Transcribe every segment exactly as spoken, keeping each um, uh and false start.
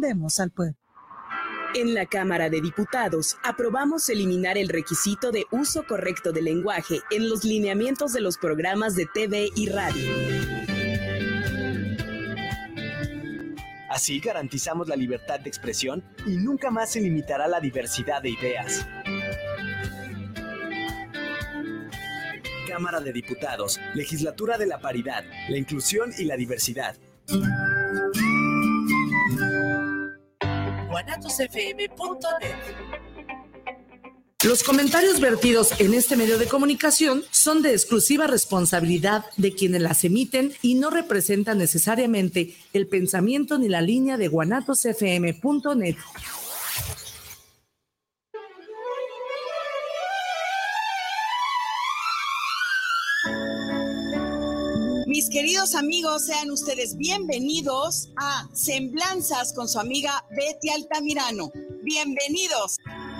defendemos al pueblo. En la Cámara de Diputados, aprobamos eliminar el requisito de uso correcto del lenguaje en los lineamientos de los programas de T V y radio. Así garantizamos la libertad de expresión y nunca más se limitará la diversidad de ideas. Cámara de Diputados, Legislatura de la Paridad, la Inclusión y la Diversidad. guanatos f m punto net. Los comentarios vertidos en este medio de comunicación son de exclusiva responsabilidad de quienes las emiten y no representan necesariamente el pensamiento ni la línea de guanatos f m punto net. Mis queridos amigos, sean ustedes bienvenidos a Semblanzas con su amiga Betty Altamirano. Bienvenidos.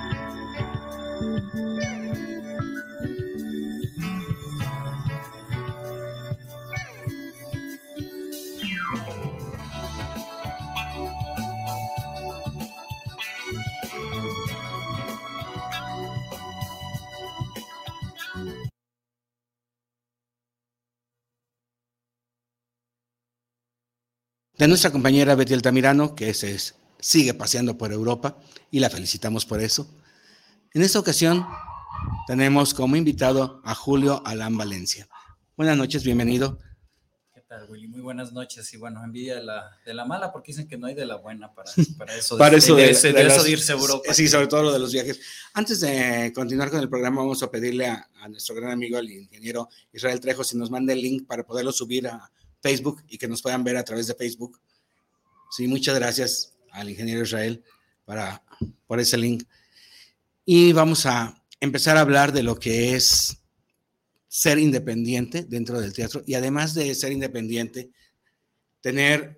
De nuestra compañera Betty Altamirano, que se sigue paseando por Europa y la felicitamos por eso. En esta ocasión tenemos como invitado a Julio Alán Valencia. Buenas noches, bienvenido. ¿Qué tal, Willy? Muy buenas noches. Y bueno, envidia de la, de la mala, porque dicen que no hay de la buena para, para eso, para de, eso, de, de, de, de, de, de las, eso de irse a Europa. Sí, sobre todo lo de los viajes. Antes de continuar con el programa, vamos a pedirle a, a nuestro gran amigo, el ingeniero Israel Trejo, si nos manda el link para poderlo subir a Facebook y que nos puedan ver a través de Facebook. Sí, muchas gracias al ingeniero Israel para, por ese link. Y vamos a empezar a hablar de lo que es ser independiente dentro del teatro y además de ser independiente, tener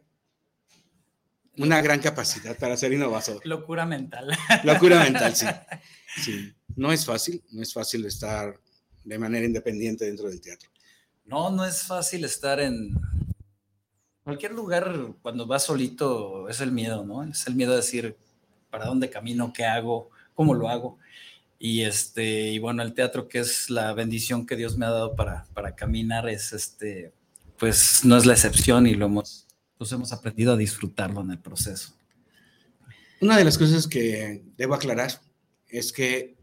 una gran capacidad para ser innovador. Locura mental. Locura mental, sí. Sí. No es fácil, no es fácil estar de manera independiente dentro del teatro. No, no es fácil estar en cualquier lugar cuando vas solito, es el miedo, ¿no? Es el miedo de decir, ¿para dónde camino? ¿Qué hago? ¿Cómo lo hago? Y, este, y bueno, el teatro, que es la bendición que Dios me ha dado para, para caminar, es este, pues no es la excepción y lo hemos, pues hemos aprendido a disfrutarlo en el proceso. Una de las cosas que debo aclarar es que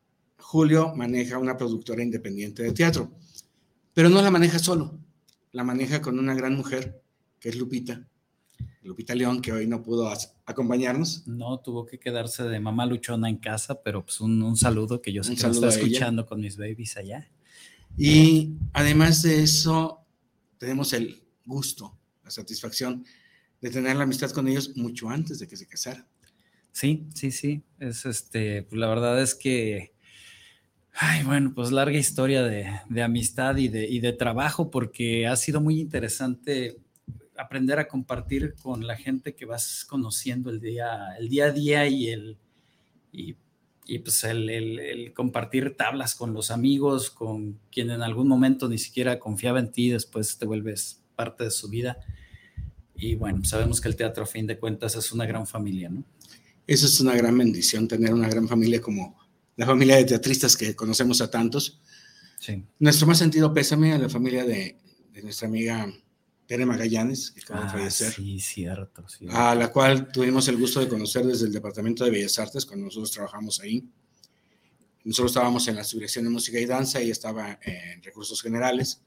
Julio maneja una productora independiente de teatro, pero no la maneja solo, la maneja con una gran mujer, que es Lupita, Lupita León, que hoy no pudo acompañarnos. No, tuvo que quedarse de mamá luchona en casa, pero pues un, un saludo, que yo sé un que me está escuchando con mis babies allá. Y además de eso, tenemos el gusto, la satisfacción de tener la amistad con ellos mucho antes de que se casaran. Sí, sí, sí, es este, pues la verdad es que ay, bueno, pues larga historia de, de amistad y de, y de trabajo, porque ha sido muy interesante aprender a compartir con la gente que vas conociendo el día, el día a día y, el, y, y pues el, el, el compartir tablas con los amigos, con quien en algún momento ni siquiera confiaba en ti, después te vuelves parte de su vida. Y bueno, sabemos que el teatro, a fin de cuentas, es una gran familia, ¿no? Eso es una gran bendición, tener una gran familia como la familia de teatristas que conocemos a tantos. Sí. Nuestro más sentido pésame a la familia de, de nuestra amiga Tere Magallanes, que acaba ah, de fallecer. Sí, cierto, cierto. A la cual tuvimos el gusto de conocer desde el Departamento de Bellas Artes, cuando nosotros trabajamos ahí. Nosotros estábamos en la subdirección de música y danza y estaba en recursos generales.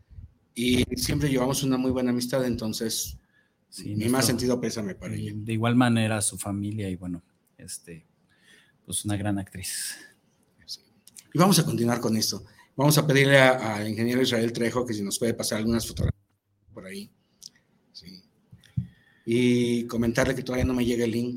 Y siempre llevamos una muy buena amistad, entonces sí, mi nuestro, más sentido pésame para ella. De igual manera su familia y bueno, este, pues una gran actriz. Sí. Y vamos a continuar con esto. Vamos a pedirle al ingeniero Israel Trejo que si nos puede pasar algunas fotografías por ahí. Sí. Y comentarle que todavía no me llega el link.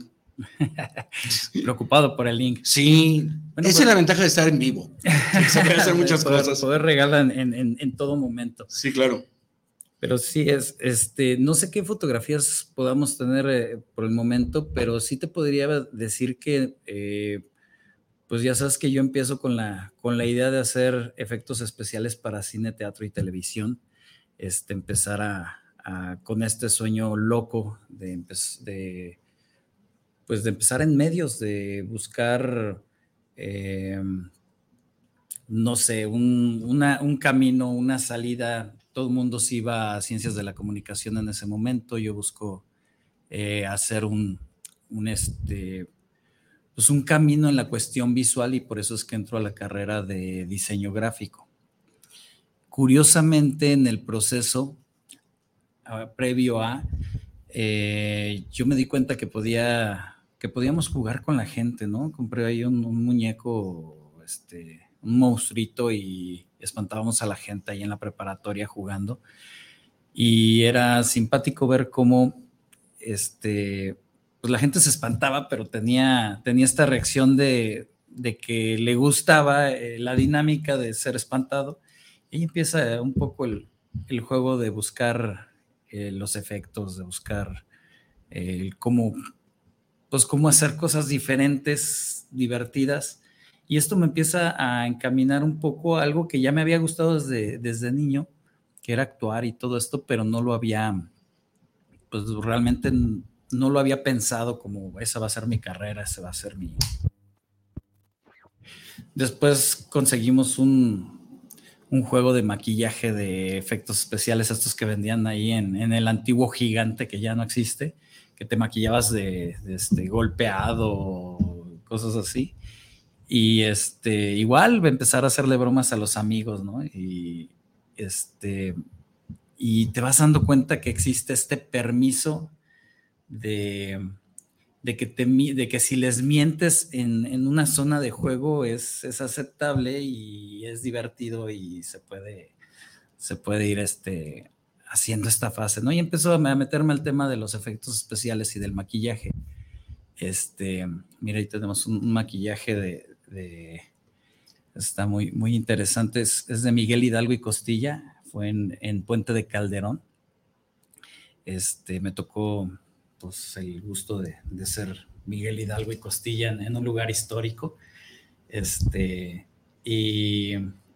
Preocupado por el link. Sí, bueno, esa pues, es la ventaja de estar en vivo. Se puede hacer muchas poder, cosas. Poder regalar en, en, en todo momento. Sí, claro. Pero sí, es, este, no sé qué fotografías podamos tener eh, por el momento, pero sí te podría decir que, eh, pues ya sabes que yo empiezo con la, con la idea de hacer efectos especiales para cine, teatro y televisión. Este, empezar a, a, con este sueño loco de, de pues de empezar en medios, de buscar, eh, no sé, un, una, un camino, una salida. Todo el mundo se iba a ciencias de la comunicación en ese momento. Yo busco eh, hacer un, un, este, pues un camino en la cuestión visual y por eso es que entro a la carrera de diseño gráfico. Curiosamente, en el proceso uh, previo a, eh, yo me di cuenta que podía... que podíamos jugar con la gente, ¿no? Compré ahí un, un muñeco, este, un monstruito y espantábamos a la gente ahí en la preparatoria jugando. Y era simpático ver cómo este, pues la gente se espantaba, pero tenía, tenía esta reacción de, de que le gustaba eh, la dinámica de ser espantado. Y empieza un poco el, el juego de buscar eh, los efectos, de buscar eh, cómo... pues cómo hacer cosas diferentes, divertidas. Y esto me empieza a encaminar un poco a algo que ya me había gustado desde, desde niño, que era actuar y todo esto, pero no lo había, pues realmente no lo había pensado como esa va a ser mi carrera, esa va a ser mi... Después conseguimos un, un juego de maquillaje de efectos especiales, estos que vendían ahí en, en el antiguo Gigante, que ya no existe, que te maquillabas de, de este, golpeado, cosas así. Y este, igual empezar a hacerle bromas a los amigos, ¿no? Y, este, y te vas dando cuenta que existe este permiso de, de, que, te, de que si les mientes en, en una zona de juego es, es aceptable y es divertido y se puede, se puede ir este... haciendo esta fase, ¿no? Y empezó a meterme al tema de los efectos especiales y del maquillaje. Este, mira, ahí tenemos un, un maquillaje de, de, está muy, muy interesante, es, es de Miguel Hidalgo y Costilla, fue en, en Puente de Calderón. Este, me tocó, pues, el gusto de, de ser Miguel Hidalgo y Costilla en, en un lugar histórico. Este, y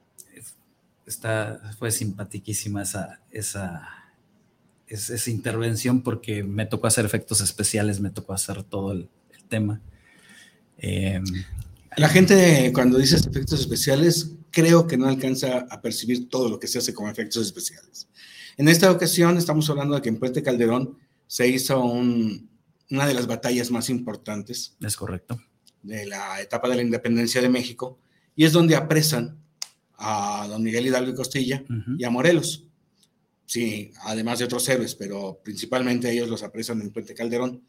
Está, fue simpaticísima esa, esa, esa, esa intervención porque me tocó hacer efectos especiales, me tocó hacer todo el, el tema. Eh, La gente cuando dices efectos especiales creo que no alcanza a percibir todo lo que se hace con efectos especiales. En esta ocasión estamos hablando de que en Puente Calderón se hizo un, una de las batallas más importantes. Es correcto. De la etapa de la independencia de México y es donde apresan a don Miguel Hidalgo y Costilla uh-huh. y a Morelos, sí, además de otros héroes, pero principalmente ellos los apresan en Puente Calderón.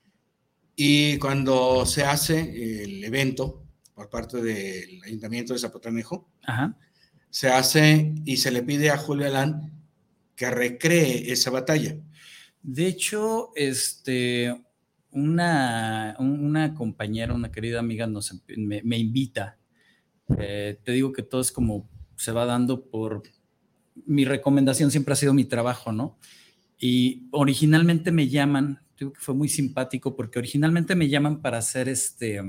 Y cuando se hace el evento por parte del Ayuntamiento de Zapotanejo, uh-huh. se hace y se le pide a Julio Alán que recree esa batalla. De hecho, este, una, una compañera, una querida amiga nos, me, me invita. Eh, te digo que todo es como se va dando por... Mi recomendación siempre ha sido mi trabajo, ¿no? Y originalmente me llaman, digo que fue muy simpático porque originalmente me llaman para hacer este...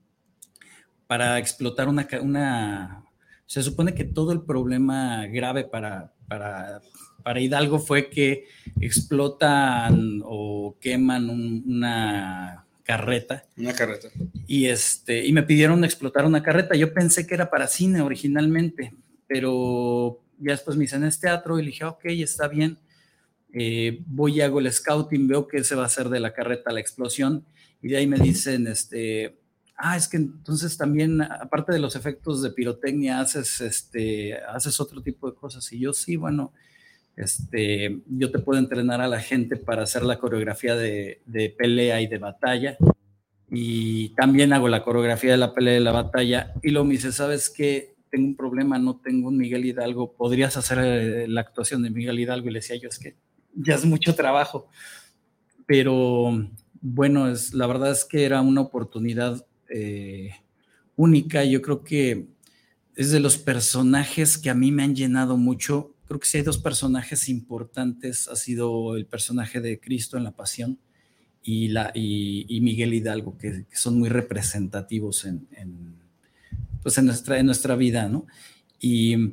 para explotar una... una se supone que todo el problema grave para, para, para Hidalgo fue que explotan o queman un, una... carreta. Una carreta. Y, este, y me pidieron explotar una carreta. Yo pensé que era para cine originalmente, pero ya después me hice en este teatro y le dije, ok, está bien. Eh, voy y hago el scouting, veo que se va a hacer de la carreta la explosión y de ahí me dicen, este, ah, es que entonces también, aparte de los efectos de pirotecnia, haces, este, haces otro tipo de cosas. Y yo, sí, bueno, Este, yo te puedo entrenar a la gente para hacer la coreografía de, de pelea y de batalla y también hago la coreografía de la pelea y de la batalla. Y luego me dice, ¿sabes qué? Tengo un problema, no tengo un Miguel Hidalgo, ¿podrías hacer la actuación de Miguel Hidalgo? Y le decía yo, es que ya es mucho trabajo, pero bueno, es, la verdad es que era una oportunidad eh, única. Yo creo que es de los personajes que a mí me han llenado mucho. Creo que sí hay dos personajes importantes, ha sido el personaje de Cristo en la Pasión y, la, y, y Miguel Hidalgo, que, que son muy representativos en, en, pues en, nuestra, en nuestra vida, ¿no? Y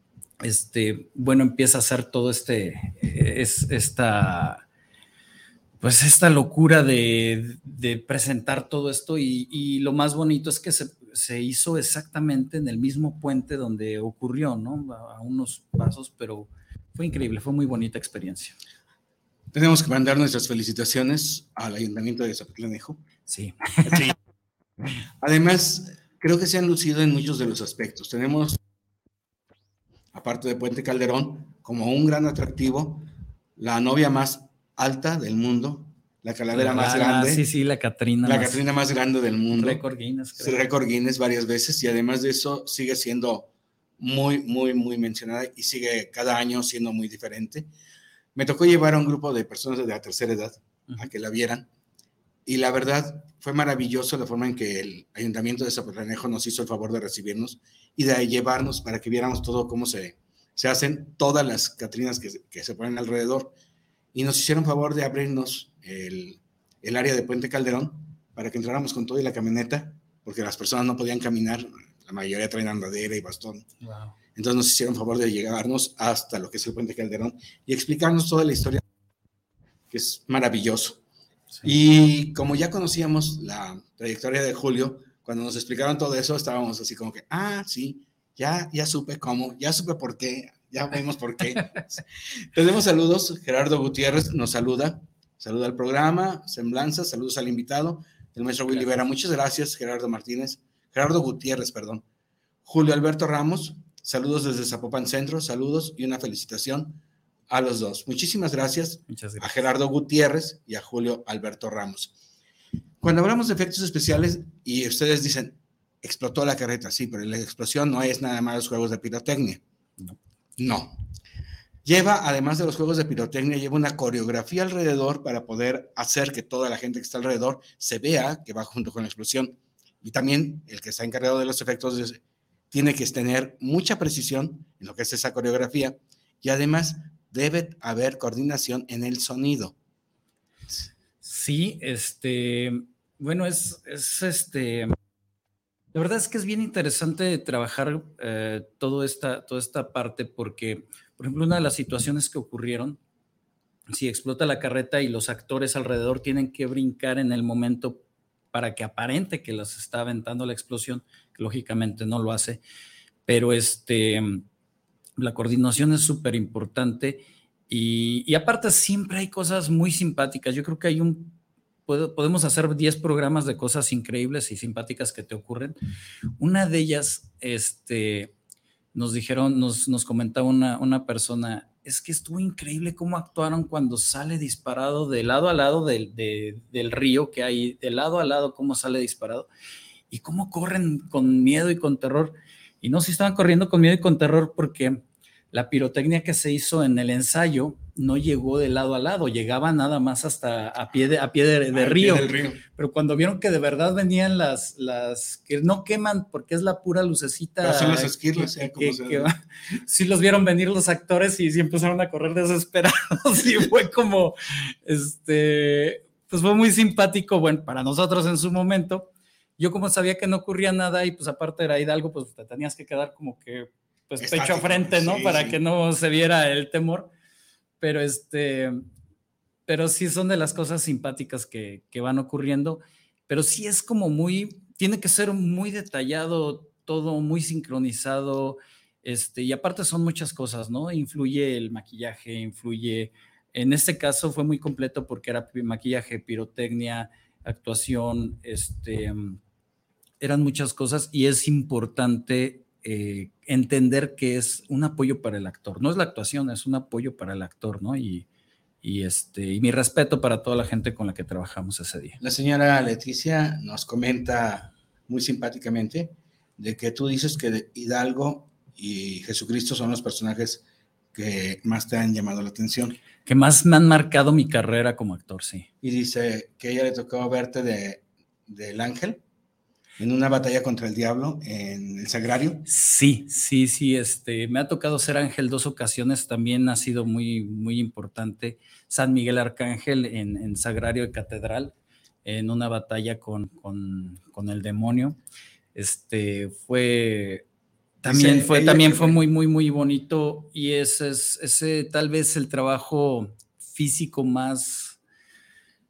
este, bueno, empieza a hacer todo este, es, esta, pues esta locura de, de presentar todo esto y, y lo más bonito es que se, se hizo exactamente en el mismo puente donde ocurrió, ¿no? A, a unos pasos, pero fue increíble, fue muy bonita experiencia. Tenemos que mandar nuestras felicitaciones al Ayuntamiento de Zapotlanejo. Sí. Sí. Además, creo que se han lucido en muchos de los aspectos. Tenemos, aparte de Puente Calderón, como un gran atractivo, la novia más alta del mundo, la calavera la, más la, grande. Sí, sí, la Catrina. La más, Catrina más grande del mundo. Récord Guinness. Creo. Récord Guinness varias veces, y además de eso sigue siendo muy, muy, muy mencionada y sigue cada año siendo muy diferente. Me tocó llevar a un grupo de personas de la tercera edad a que la vieran, y la verdad fue maravilloso la forma en que el Ayuntamiento de Zapotlanejo nos hizo el favor de recibirnos y de llevarnos para que viéramos todo cómo se, se hacen todas las Catrinas que, que se ponen alrededor, y nos hicieron favor de abrirnos el, el área de Puente Calderón para que entráramos con todo y la camioneta, porque las personas no podían caminar, la mayoría traen andadera y bastón. Wow. Entonces nos hicieron favor de llevarnos hasta lo que es el Puente Calderón y explicarnos toda la historia, que es maravilloso. Sí. Y como ya conocíamos la trayectoria de Julio, cuando nos explicaron todo eso, estábamos así como que, ah, sí, ya, ya supe cómo, ya supe por qué, ya vemos por qué. Tenemos saludos. Gerardo Gutiérrez nos saluda, saluda al programa, semblanzas, saludos al invitado, el maestro Willy Vera. Muchas gracias, Gerardo Martínez, Gerardo Gutiérrez, perdón. Julio Alberto Ramos, saludos desde Zapopan Centro, saludos y una felicitación a los dos. Muchísimas gracias, Muchas gracias a Gerardo Gutiérrez y a Julio Alberto Ramos. Cuando hablamos de efectos especiales y ustedes dicen, explotó la carreta, sí, pero la explosión no es nada más los juegos de pirotecnia. No. No. Lleva, además de los juegos de pirotecnia, lleva una coreografía alrededor para poder hacer que toda la gente que está alrededor se vea que va junto con la explosión. Y también el que está encargado de los efectos tiene que tener mucha precisión en lo que es esa coreografía, y además debe haber coordinación en el sonido. Sí, este, bueno, es, es este, la verdad es que es bien interesante trabajar eh, todo esta, toda esta parte porque, por ejemplo, una de las situaciones que ocurrieron, si explota la carreta y los actores alrededor tienen que brincar en el momento para que aparente que los está aventando la explosión, que lógicamente no lo hace, pero este, la coordinación es súper importante y, y aparte siempre hay cosas muy simpáticas. Yo creo que hay un, puedo, podemos hacer diez programas de cosas increíbles y simpáticas que te ocurren. Una de ellas, este, nos dijeron, nos, nos comentaba una, una persona, es que estuvo increíble cómo actuaron cuando sale disparado de lado a lado del, de, del río que hay, de lado a lado cómo sale disparado y cómo corren con miedo y con terror. Y no, si estaban corriendo con miedo y con terror porque la pirotecnia que se hizo en el ensayo no llegó de lado a lado, llegaba nada más hasta a pie de, a pie de, de río. Pie del río. Pero cuando vieron que de verdad venían las, las que no queman porque es la pura lucecita. Pero son las esquirlas, ¿eh? Que, que, que sí los vieron venir los actores y sí empezaron a correr desesperados y fue como, este, pues fue muy simpático, bueno, para nosotros en su momento. Yo como sabía que no ocurría nada y pues aparte era Hidalgo, pues te tenías que quedar como que pues estático, pecho a frente, ¿no? Sí, para sí. que no se viera el temor. Pero este, pero sí son de las cosas simpáticas que, que van ocurriendo. Pero sí es como muy, tiene que ser muy detallado, todo muy sincronizado. Este, y aparte son muchas cosas, ¿no? Influye el maquillaje, influye. En este caso fue muy completo porque era maquillaje, pirotecnia, actuación, este, eran muchas cosas y es importante eh, entender que es un apoyo para el actor. No es la actuación, es un apoyo para el actor, ¿no? Y, y, este, y mi respeto para toda la gente con la que trabajamos ese día. La señora Leticia nos comenta muy simpáticamente de que tú dices que Hidalgo y Jesucristo son los personajes que más te han llamado la atención. Que más me han marcado mi carrera como actor, sí. Y dice que a ella le tocó verte de, del ángel en una batalla contra el diablo en el Sagrario. Sí, sí, sí, este, me ha tocado ser ángel dos ocasiones, también ha sido muy, muy importante. San Miguel Arcángel en, en Sagrario de Catedral, en una batalla con, con, con el demonio. Este, fue... También ese, fue, también fue muy, muy, muy bonito y ese es ese tal vez el trabajo físico más,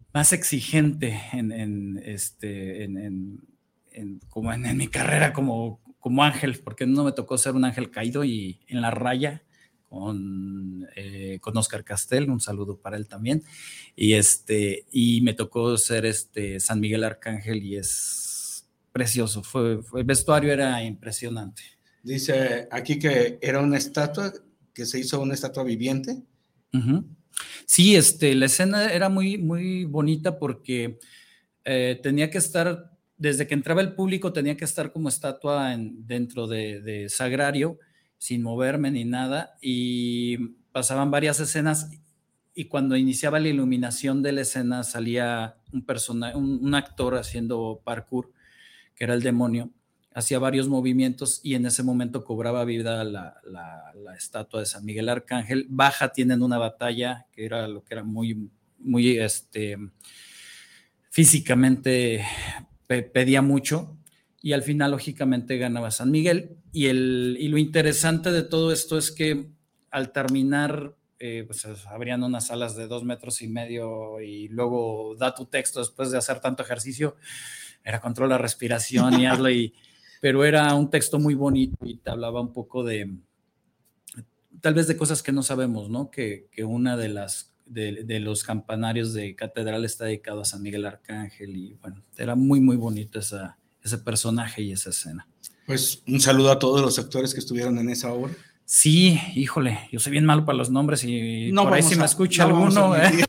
más exigente en, en, este, en, en, en, como en, en mi carrera como, como ángel, porque no me tocó ser un ángel caído y en la raya con, eh, con Oscar Castel, un saludo para él también, y, este, y me tocó ser este San Miguel Arcángel y es precioso, fue, fue, el vestuario era impresionante. Dice aquí que era una estatua, que se hizo una estatua viviente. Uh-huh. Sí, este, la escena era muy, muy bonita porque eh, tenía que estar, desde que entraba el público, tenía que estar como estatua en, dentro de, de Sagrario, sin moverme ni nada, y pasaban varias escenas, y cuando iniciaba la iluminación de la escena salía un, persona, un, un actor haciendo parkour, que era el demonio, hacía varios movimientos y en ese momento cobraba vida la, la, la estatua de San Miguel Arcángel. Baja, tienen una batalla que era lo que era muy, muy este, físicamente pe- pedía mucho, y al final lógicamente ganaba San Miguel. Y, el, y lo interesante de todo esto es que al terminar, eh, pues habrían unas salas de dos metros y medio y luego da tu texto después de hacer tanto ejercicio, era controla la respiración y hazlo, y, pero era un texto muy bonito y te hablaba un poco de, tal vez de cosas que no sabemos, ¿no? Que, que una de las, de, de los campanarios de catedral está dedicado a San Miguel Arcángel, y bueno, era muy, muy bonito esa, ese personaje y esa escena. Pues un saludo a todos los actores que estuvieron en esa obra. Sí, híjole, yo soy bien malo para los nombres y no por ahí si me escucha no alguno, ¿eh?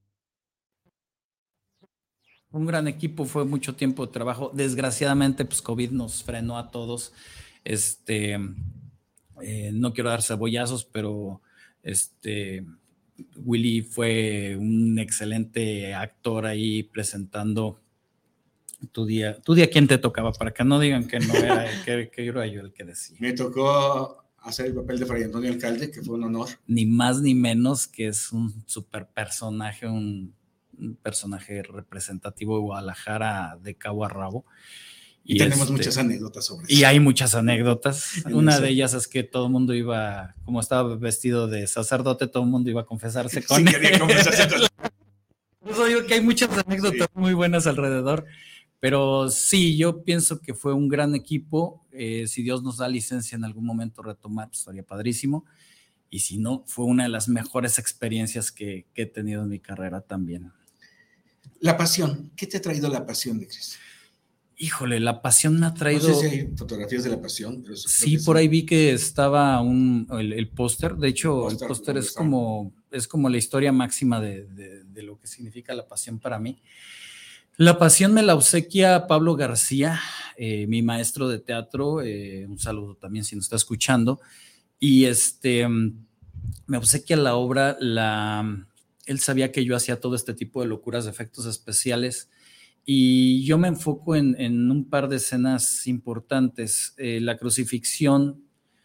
Un gran equipo, fue mucho tiempo de trabajo. Desgraciadamente, pues COVID nos frenó a todos. Este, eh, no quiero dar cebollazos, pero este, Willy fue un excelente actor ahí presentando tu día. ¿Tu día quién te tocaba? Para que no digan que no era, que, que era yo el que decía. Me tocó hacer el papel de Fray Antonio Alcalde, que fue un honor. Ni más ni menos, que es un super personaje, un un personaje representativo de Guadalajara de cabo a rabo. Y, y tenemos este, muchas anécdotas sobre eso. Y hay muchas anécdotas. Una eso. de ellas es que todo el mundo iba, como estaba vestido de sacerdote, todo el mundo iba a confesarse con sí, él. Quería confesarse con él. Por eso digo que hay muchas anécdotas sí. muy buenas alrededor. Pero sí, yo pienso que fue un gran equipo. Eh, si Dios nos da licencia en algún momento retomar, pues estaría padrísimo. Y si no, fue una de las mejores experiencias que, que he tenido en mi carrera también. La pasión, ¿qué te ha traído la pasión de Cris? Híjole, la pasión me ha traído... No sé si hay fotografías de la pasión. Pero sí, por sí. ahí vi que estaba un, el, el póster. De hecho, el póster, el póster es, como, es como la historia máxima de, de, de lo que significa la pasión para mí. La pasión me la obsequia Pablo García, eh, mi maestro de teatro. Eh, un saludo también si nos está escuchando. Y este, me obsequia la obra, la... Él sabía que yo hacía todo este tipo de locuras de efectos especiales y yo me enfoco en, en un par de escenas importantes. Eh, la crucifixión,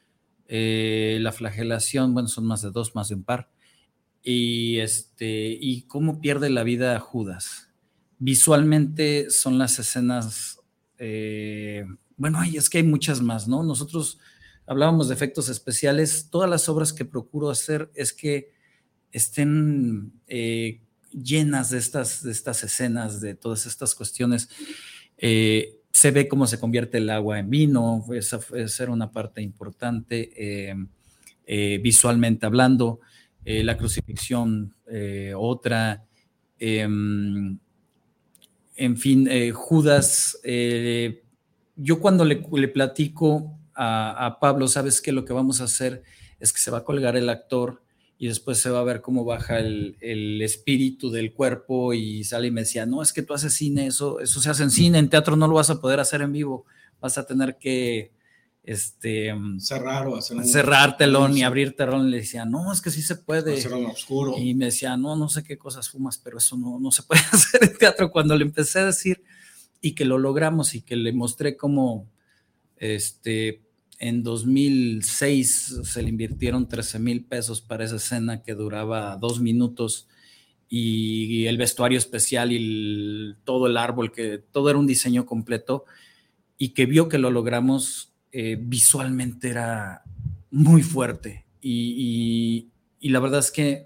eh, la flagelación, bueno, son más de dos, más de un par. Y, este, y cómo pierde la vida Judas. Visualmente son las escenas, eh, bueno, ay, es que hay muchas más, ¿no? Nosotros hablábamos de efectos especiales. Todas las obras que procuro hacer es que estén eh, llenas de estas, de estas escenas, de todas estas cuestiones. Eh, se ve cómo se convierte el agua en vino, esa, esa era una parte importante, eh, eh, visualmente hablando, eh, la crucifixión, eh, otra, eh, en fin, eh, Judas, eh, yo cuando le, le platico a, a Pablo, ¿sabes qué? Lo que vamos a hacer es que se va a colgar el actor y después se va a ver cómo baja el, el espíritu del cuerpo y sale y me decía, no, es que tú haces cine, eso, eso se hace en cine, en teatro no lo vas a poder hacer en vivo, vas a tener que este, cerrar o hacer un, cerrar telón y abrir telón. Y le decía, no, es que sí se puede. Hacer un oscuro. Y me decía, no, no sé qué cosas fumas, pero eso no, no se puede hacer en teatro. Cuando le empecé a decir y que lo logramos y que le mostré cómo este... En dos mil seis se le invirtieron trece mil pesos para esa escena que duraba dos minutos y el vestuario especial y el, todo el árbol, que todo era un diseño completo y que vio que lo logramos, eh, visualmente era muy fuerte y, y, y la verdad es que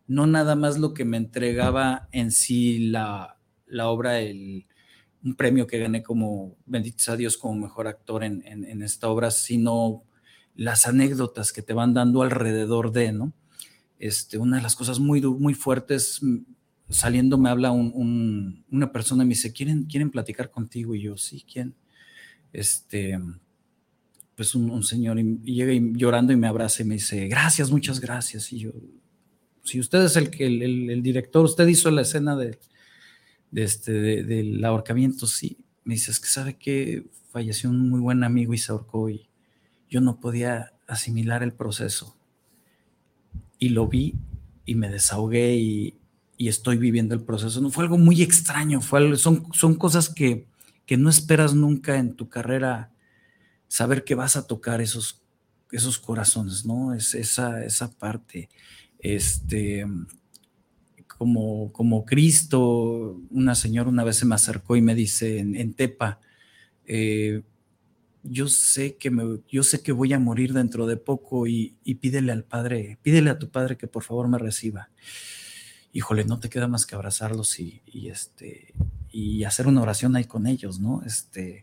no nada más lo que me entregaba en sí la, la obra, el, un premio que gané como, bendito sea Dios, como mejor actor en, en, en esta obra, sino las anécdotas que te van dando alrededor de, ¿no? Este, una de las cosas muy, muy fuertes, saliendo me habla un, un, una persona y me dice, ¿quieren, ¿quieren platicar contigo? Y yo, sí, ¿quién? Este, pues un, un señor, y, y llega y, llorando y me abraza y me dice, gracias, muchas gracias. Y yo, si usted es el, el, el, el director, usted hizo la escena de, de este, de, del ahorcamiento, sí. Me dice, es que sabe que falleció un muy buen amigo y se ahorcó y yo no podía asimilar el proceso. Y lo vi y me desahogué y, y estoy viviendo el proceso. No fue algo muy extraño, fue algo, son, son cosas que, que no esperas nunca en tu carrera, saber que vas a tocar esos, esos corazones, ¿no? Es esa, esa parte. Este, como, como Cristo, una señora una vez se me acercó y me dice en, en Tepa, eh, yo sé que me, yo sé que voy a morir dentro de poco y, y pídele al Padre, pídele a tu Padre que por favor me reciba. Híjole, no te queda más que abrazarlos y, y este y hacer una oración ahí con ellos, ¿no? Este,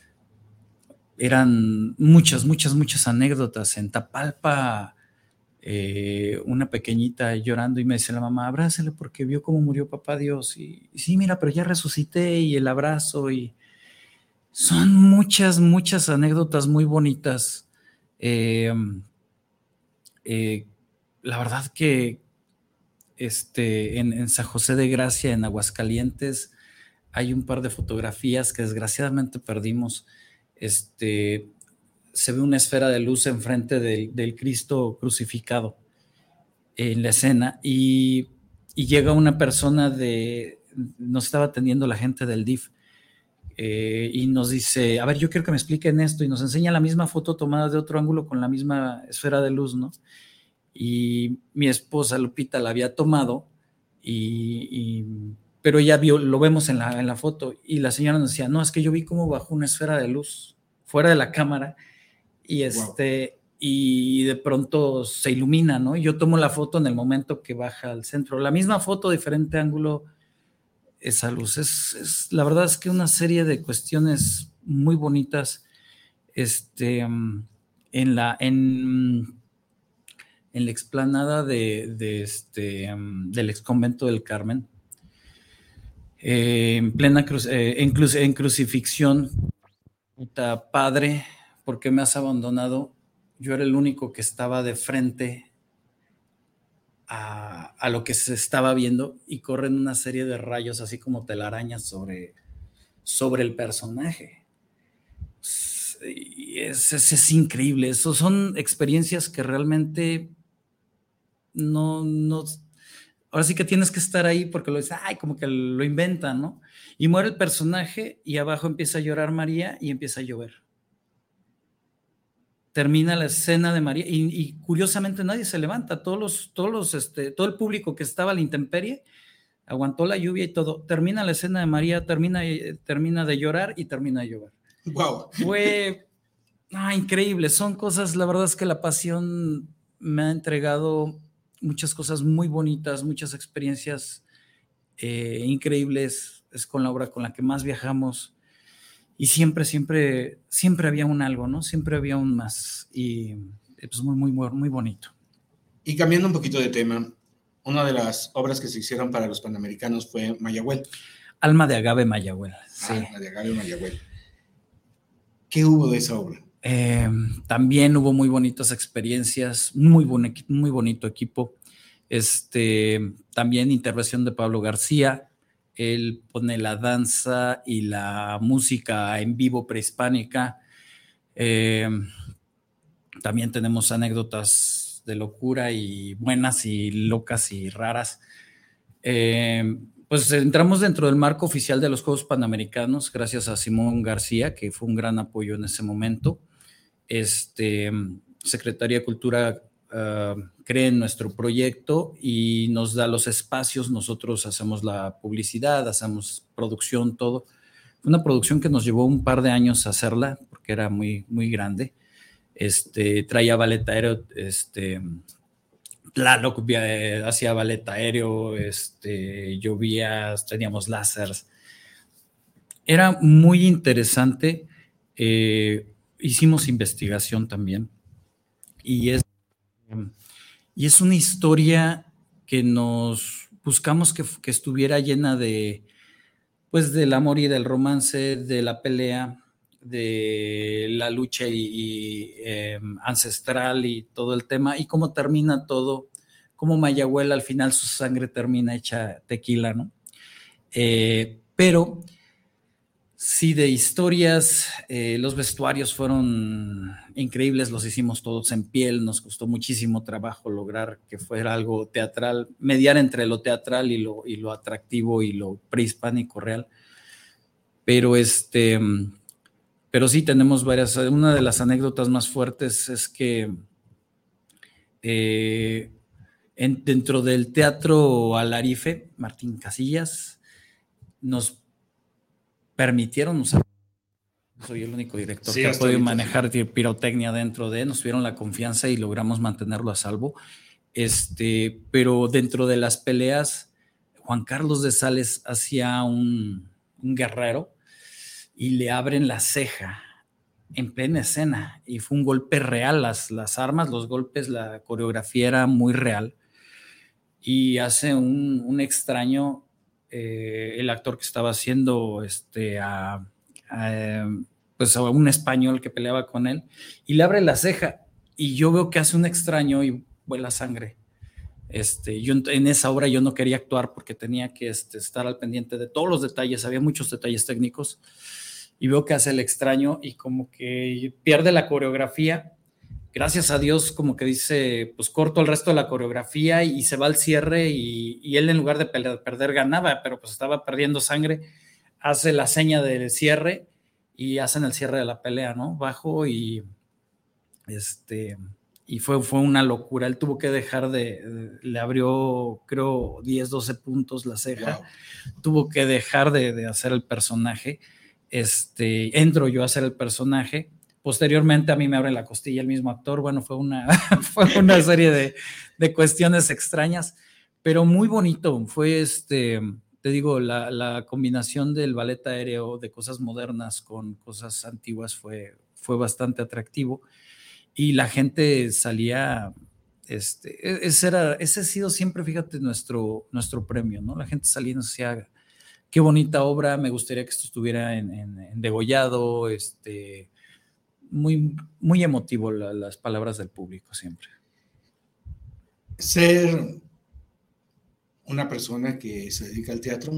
eran muchas, muchas, muchas anécdotas. En Tapalpa, eh, una pequeñita llorando y me dice la mamá, abrázale porque vio cómo murió papá Dios. Y, y sí, mira, pero ya resucité y el abrazo y son muchas, muchas anécdotas muy bonitas. Eh, eh, la verdad que este, en, en San José de Gracia, en Aguascalientes, hay un par de fotografías que desgraciadamente perdimos. Este, se ve una esfera de luz enfrente del, del Cristo crucificado en la escena y, y llega una persona de, nos estaba atendiendo la gente del D I F, Eh, y nos dice, a ver, yo quiero que me expliquen esto, y nos enseña la misma foto tomada de otro ángulo con la misma esfera de luz, ¿no? Y mi esposa Lupita la había tomado, y, y, pero ella vio, lo vemos en la, en la foto, y la señora nos decía, no, es que yo vi cómo bajó una esfera de luz fuera de la cámara, y, este, wow. y de pronto se ilumina, ¿no? Y yo tomo la foto en el momento que baja al centro, la misma foto, diferente ángulo, esa luz. Es, es, la verdad es que una serie de cuestiones muy bonitas. Este, en la, en, en la explanada de, de este, um, del ex convento del Carmen, eh, en plena cruz, eh, en, cru, en crucifixión, puta padre, ¿por qué me has abandonado? Yo era el único que estaba de frente A, a lo que se estaba viendo y corren una serie de rayos así como telarañas sobre, sobre el personaje. Es, es, es increíble. Eso son experiencias que realmente no, no, ahora sí que tienes que estar ahí porque lo dices, ay, como que lo inventan, ¿no? Y muere el personaje y abajo empieza a llorar María y empieza a llover. Termina la escena de María y, y curiosamente nadie se levanta, todos los, todos los, este, todo el público que estaba a la intemperie aguantó la lluvia y todo. Termina la escena de María, termina, termina de llorar y termina de llover. Wow. Fue ah, increíble, son cosas, la verdad es que la pasión me ha entregado muchas cosas muy bonitas, muchas experiencias eh, increíbles, es con la obra con la que más viajamos. Y siempre, siempre, siempre había un algo, ¿no? Siempre había un más. Y pues muy, muy, muy bonito. Y cambiando un poquito de tema, una de las obras que se hicieron para los Panamericanos fue Mayagüel. Alma de Agave Mayagüel. Sí. Alma de Agave Mayagüel. ¿Qué hubo de esa obra? Eh, también hubo muy bonitas experiencias, muy, bon, muy bonito equipo. Este, también intervención de Pablo García. Él pone la danza y la música en vivo prehispánica. Eh, también tenemos anécdotas de locura y buenas y locas y raras. Eh, pues entramos dentro del marco oficial de los Juegos Panamericanos gracias a Simón García, que fue un gran apoyo en ese momento. Este, Secretaría de Cultura Uh, cree en nuestro proyecto y nos da los espacios, nosotros hacemos la publicidad, hacemos producción, todo. Fue una producción que nos llevó un par de años hacerla porque era muy, muy grande. Este, traía ballet aéreo, este, Tlaloc eh, hacía ballet aéreo, este, llovía, teníamos láseres. Era muy interesante. Eh, hicimos investigación también. Y es, y es una historia que nos buscamos que, que estuviera llena de, pues, del amor y del romance, de la pelea, de la lucha y, y eh, ancestral y todo el tema, y cómo termina todo, cómo Mayagüel al final su sangre termina hecha tequila, ¿no? Eh, pero sí, de historias, eh, los vestuarios fueron increíbles, los hicimos todos en piel, nos costó muchísimo trabajo lograr que fuera algo teatral, mediar entre lo teatral y lo, y lo atractivo y lo prehispánico real, pero este... Pero sí tenemos varias. Una de las anécdotas más fuertes es que eh, en, dentro del Teatro Alarife, Martín Casillas, nos permitieron usar. Soy el único director sí, que ha podido manejar pirotecnia dentro de. Nos tuvieron la confianza y logramos mantenerlo a salvo. Este, pero dentro de las peleas, Juan Carlos de Sales hacía un, un guerrero y le abren la ceja en plena escena y fue un golpe real, las, las armas, los golpes, la coreografía era muy real y hace un, un extraño eh, el actor que estaba haciendo este, a, a, pues a un español que peleaba con él y le abre la ceja y yo veo que hace un extraño y vuela sangre. Este, yo en esa obra yo no quería actuar porque tenía que este, estar al pendiente de todos los detalles, había muchos detalles técnicos y veo que hace el extraño y como que pierde la coreografía. Gracias a Dios, como que dice, pues corto el resto de la coreografía y, y se va al cierre y, y él en lugar de perder, perder ganaba, pero pues estaba perdiendo sangre, hace la seña del cierre y hacen el cierre de la pelea, ¿no? Bajo y este... y fue, fue una locura, él tuvo que dejar de, le abrió creo diez, doce puntos la ceja, wow. Tuvo que dejar de, de hacer el personaje, este, entro yo a hacer el personaje, posteriormente a mí me abre la costilla el mismo actor, bueno, fue una, fue una serie de, de cuestiones extrañas, pero muy bonito, fue este, te digo, la, la combinación del ballet aéreo, de cosas modernas con cosas antiguas fue, fue bastante atractivo. Y la gente salía, este, ese, era, ese ha sido siempre, fíjate, nuestro, nuestro premio, ¿no? La gente salía y nos decía, qué bonita obra, me gustaría que esto estuviera en, en, en degollado, este, muy, muy emotivo la, las palabras del público siempre. Ser una persona que se dedica al teatro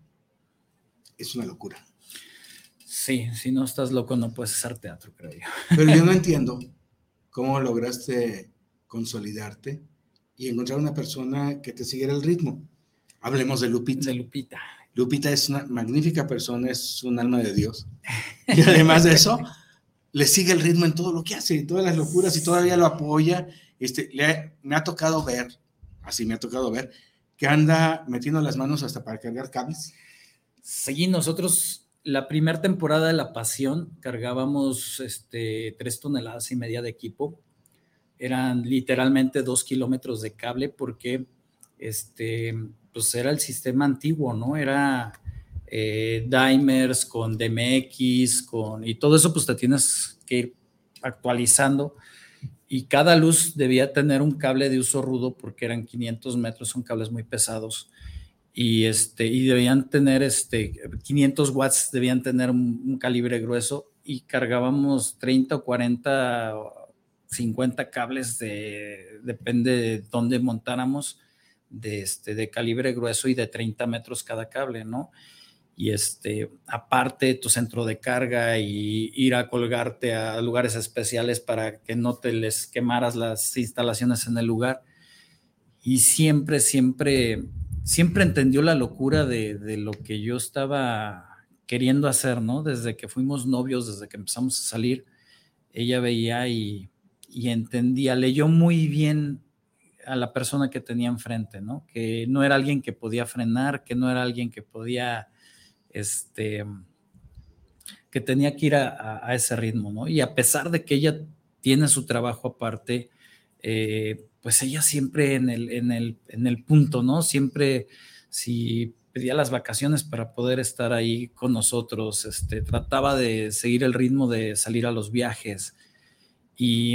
es una locura. Sí, si no estás loco no puedes hacer teatro, creo yo. Pero yo no entiendo cómo lograste consolidarte y encontrar una persona que te siguiera el ritmo. Hablemos de Lupita. De Lupita. Lupita es una magnífica persona, es un alma de Dios. Y además de eso, le sigue el ritmo en todo lo que hace, todas las locuras y todavía lo apoya. Este, le, me ha tocado ver, así me ha tocado ver, que anda metiendo las manos hasta para cargar cables. Sí, nosotros... La primera temporada de La Pasión cargábamos este, tres toneladas y media de equipo. Eran literalmente dos kilómetros de cable porque este, pues era el sistema antiguo, ¿no? Era eh, dimers con D M X con, y todo eso pues te tienes que ir actualizando. Y cada luz debía tener un cable de uso rudo porque eran quinientos metros, son cables muy pesados. Y, este, y debían tener este, quinientos watts, debían tener un, un calibre grueso y cargábamos treinta o cuarenta, cincuenta cables, de, depende de dónde montáramos, de, este, de calibre grueso y de treinta metros cada cable, ¿no? Y este, aparte tu centro de carga y ir a colgarte a lugares especiales para que no te les quemaras las instalaciones en el lugar. Y siempre, siempre... siempre entendió la locura de, de lo que yo estaba queriendo hacer, ¿no? Desde que fuimos novios, desde que empezamos a salir, ella veía y, y entendía, leyó muy bien a la persona que tenía enfrente, ¿no? Que no era alguien que podía frenar, que no era alguien que podía, este, que tenía que ir a, a, a ese ritmo, ¿no? Y a pesar de que ella tiene su trabajo aparte, eh, pues ella siempre en el, en el, en el punto, ¿no? Siempre, si pedía las vacaciones para poder estar ahí con nosotros, este, trataba de seguir el ritmo de salir a los viajes. Y,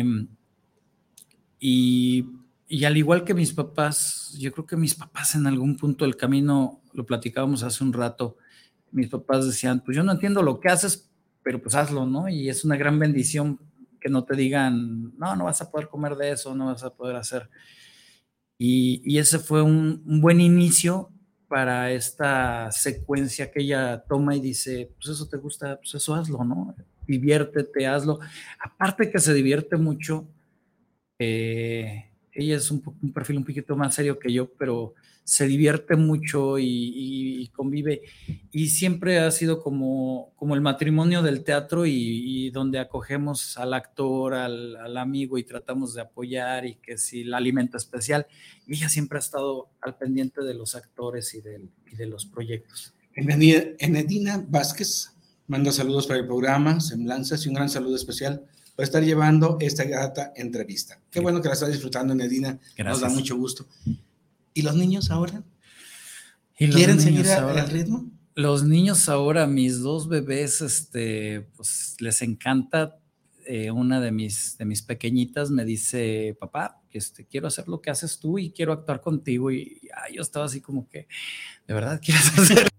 y, y al igual que mis papás, yo creo que mis papás en algún punto del camino, lo platicábamos hace un rato, mis papás decían, pues yo no entiendo lo que haces, pero pues hazlo, ¿no? Y es una gran bendición que no te digan, no, no vas a poder comer de eso, no vas a poder hacer. Y, y ese fue un, un buen inicio para esta secuencia que ella toma y dice, pues eso te gusta, pues eso hazlo, ¿no? Diviértete, hazlo. Aparte que se divierte mucho, eh, ella es un, un perfil un poquito más serio que yo, pero se divierte mucho y, y, y convive, y siempre ha sido como, como el matrimonio del teatro y, y donde acogemos al actor, al, al amigo y tratamos de apoyar, y que si el alimento especial, y ella siempre ha estado al pendiente de los actores y, del, y de los proyectos. Enedina Vázquez manda saludos para el programa Semblanzas y un gran saludo especial por estar llevando esta grata entrevista. Qué bueno que la estás disfrutando, Enedina. Nos da mucho gusto. ¿Y los niños ahora? ¿Y los ¿Quieren niños seguir ahora? el ritmo? Los niños ahora, mis dos bebés, este, pues les encanta. Eh, una de mis, de mis pequeñitas me dice, papá, este, quiero hacer lo que haces tú y quiero actuar contigo. Y ay, yo estaba así como que, ¿de verdad quieres hacer?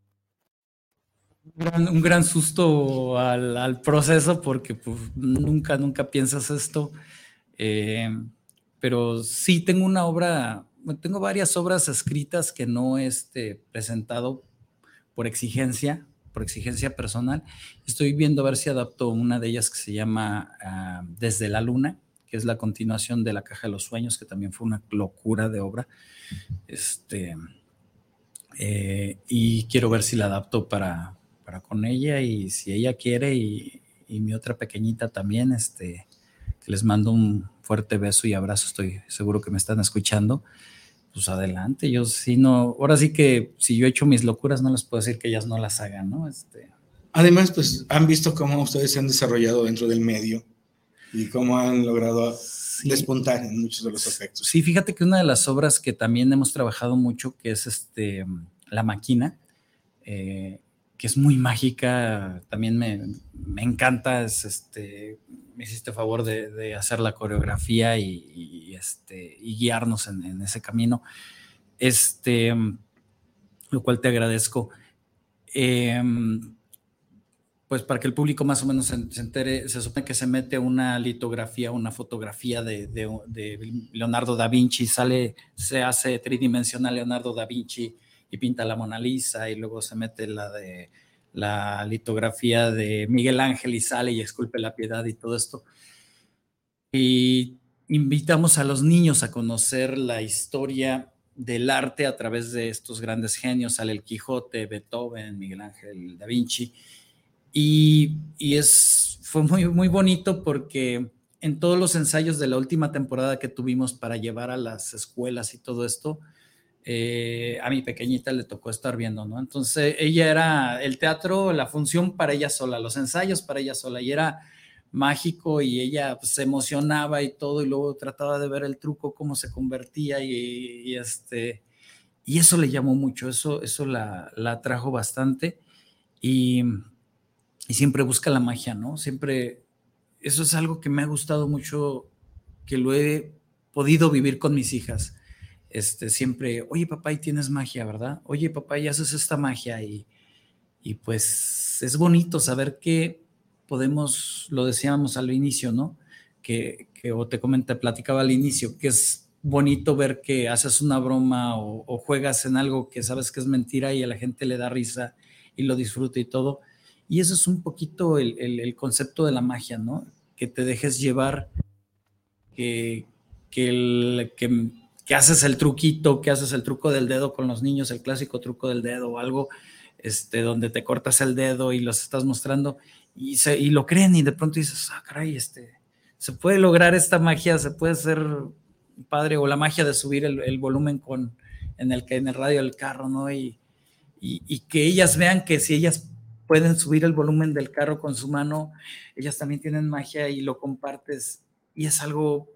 un, gran, un gran susto al, al proceso, porque pues, nunca, nunca piensas esto. Eh, pero sí tengo una obra, tengo varias obras escritas que no he este, presentado por exigencia, por exigencia personal. Estoy viendo a ver si adapto una de ellas que se llama uh, Desde la Luna, que es la continuación de La Caja de los Sueños, que también fue una locura de obra. Este, eh, y quiero ver si la adapto para, para con ella, y si ella quiere, y, y mi otra pequeñita también, este, que les mando un fuerte beso y abrazo, estoy seguro que me están escuchando. Pues adelante, yo sí no, ahora sí que si yo he hecho mis locuras, no les puedo decir que ellas no las hagan, ¿no? Este... Además, pues han visto cómo ustedes se han desarrollado dentro del medio y cómo han logrado sí. despuntar en muchos de los aspectos. Sí, fíjate que una de las obras que también hemos trabajado mucho, que es este, La Máquina, eh, que es muy mágica, también me, me encanta, es este... me hiciste favor de, de hacer la coreografía y, y, este, y guiarnos en, en ese camino, este, lo cual te agradezco. Eh, pues para que el público más o menos se, se entere, se supone que se mete una litografía, una fotografía de, de, de Leonardo da Vinci, sale, se hace tridimensional Leonardo da Vinci y pinta la Mona Lisa, y luego se mete la de la litografía de Miguel Ángel y sale y esculpe la Piedad y todo esto. Y invitamos a los niños a conocer la historia del arte a través de estos grandes genios. Sale el Quijote, Beethoven, Miguel Ángel, Da Vinci. Y, y es, fue muy, muy bonito porque en todos los ensayos de la última temporada que tuvimos para llevar a las escuelas y todo esto, Eh, a mi pequeñita le tocó estar viendo, ¿no? Entonces ella era el teatro, la función para ella sola, los ensayos para ella sola, y era mágico, y ella pues, se emocionaba y todo, y luego trataba de ver el truco, cómo se convertía, y, y, este, y eso le llamó mucho, eso, eso la, la atrajo bastante, y, y siempre busca la magia, ¿no? Siempre, eso es algo que me ha gustado mucho, que lo he podido vivir con mis hijas. Este, siempre, oye papá, y tienes magia, ¿verdad? Oye papá, y haces esta magia, y, y pues es bonito saber que podemos, lo decíamos al inicio, ¿no? Que, que o te comenté, platicaba al inicio, que es bonito ver que haces una broma o, o juegas en algo que sabes que es mentira y a la gente le da risa y lo disfruta y todo, y eso es un poquito el, el, el concepto de la magia, ¿no? Que te dejes llevar, que, que el... que que haces el truquito, que haces el truco del dedo con los niños, el clásico truco del dedo o algo, este, donde te cortas el dedo y los estás mostrando y, se, y lo creen, y de pronto dices, ah, caray, este, se puede lograr esta magia, se puede ser padre, o la magia de subir el, el volumen con, en, el, en el radio del carro, ¿no? Y, y, y que ellas vean que si ellas pueden subir el volumen del carro con su mano, ellas también tienen magia y lo compartes, y es algo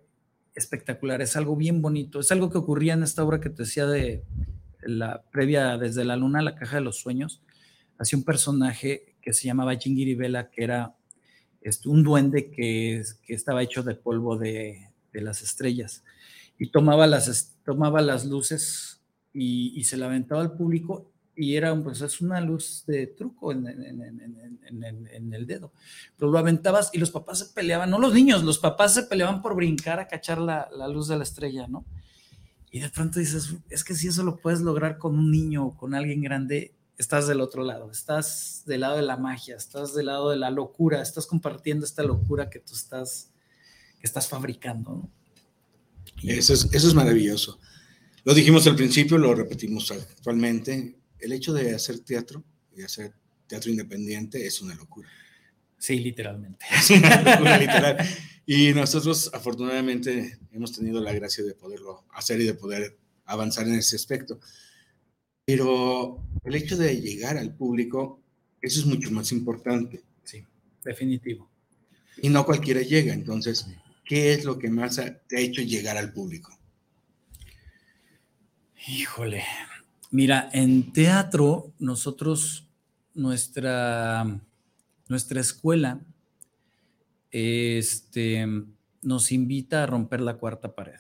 espectacular, es algo bien bonito, es algo que ocurría en esta obra que te decía de la previa Desde la Luna a la Caja de los Sueños. Hacía un personaje que se llamaba Jingiribela, que era este, un duende que, que estaba hecho de polvo de, de las estrellas, y tomaba las, tomaba las luces y, y se la aventaba al público, y era pues, es una luz de truco en, en, en, en, en, en el dedo, pero lo aventabas y los papás se peleaban, no los niños, los papás se peleaban por brincar a cachar la, la luz de la estrella, ¿no? Y de pronto dices, es que si eso lo puedes lograr con un niño o con alguien grande, estás del otro lado, estás del lado de la magia, estás del lado de la locura, estás compartiendo esta locura que tú estás, que estás fabricando, ¿no? Eso es, eso es maravilloso. Lo dijimos al principio, lo repetimos actualmente. El hecho de hacer teatro y hacer teatro independiente es una locura. Sí, literalmente. Es una locura literal. Y nosotros, afortunadamente, hemos tenido la gracia de poderlo hacer y de poder avanzar en ese aspecto. Pero el hecho de llegar al público, eso es mucho más importante. Sí, definitivo. Y no cualquiera llega. Entonces, ¿qué es lo que más te ha hecho llegar al público? Híjole. Mira, en teatro, nosotros, nuestra, nuestra escuela este, nos invita a romper la cuarta pared.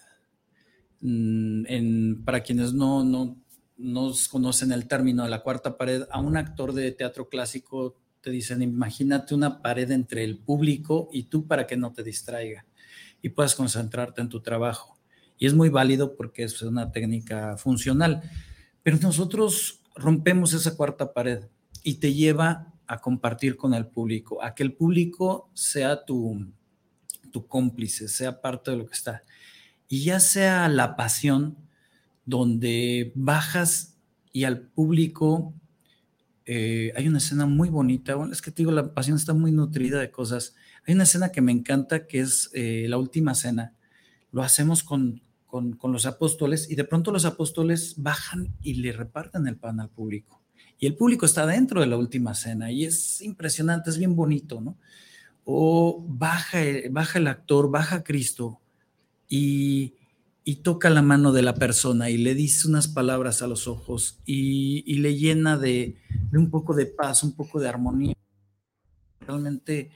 En, para quienes no, no, no conocen el término de la cuarta pared, a un actor de teatro clásico te dicen, imagínate una pared entre el público y tú para que no te distraiga y puedas concentrarte en tu trabajo. Y es muy válido porque es una técnica funcional. Pero nosotros rompemos esa cuarta pared y te lleva a compartir con el público, a que el público sea tu, tu cómplice, sea parte de lo que está. Y ya sea la pasión, donde bajas y al público, eh, hay una escena muy bonita, bueno, es que te digo, la pasión está muy nutrida de cosas. Hay una escena que me encanta, que es eh, la última cena. Lo hacemos con... Con, con los apóstoles, y de pronto los apóstoles bajan y le reparten el pan al público. Y el público está dentro de la última cena, y es impresionante, es bien bonito, ¿no? O baja, baja el actor, baja Cristo, y, y toca la mano de la persona, y le dice unas palabras a los ojos, y, y le llena de, de un poco de paz, un poco de armonía. Realmente...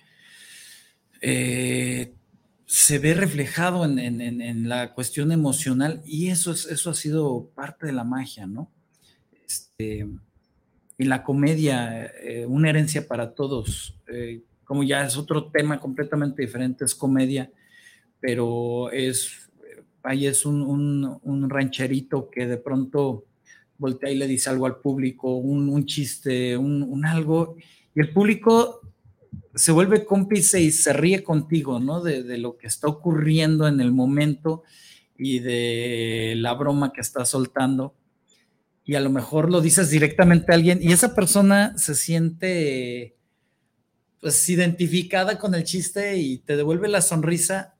Eh, se ve reflejado en, en, en la cuestión emocional, y eso, es, eso ha sido parte de la magia, ¿no? Este, en la comedia, eh, Una herencia para todos, eh, como ya es otro tema completamente diferente, es comedia, pero es, ahí es un, un, un rancherito que de pronto voltea y le dice algo al público, un, un chiste, un, un algo, y el público se vuelve cómplice y se ríe contigo, ¿no? De, de lo que está ocurriendo en el momento y de la broma que está soltando. Y a lo mejor lo dices directamente a alguien y esa persona se siente pues identificada con el chiste y te devuelve la sonrisa,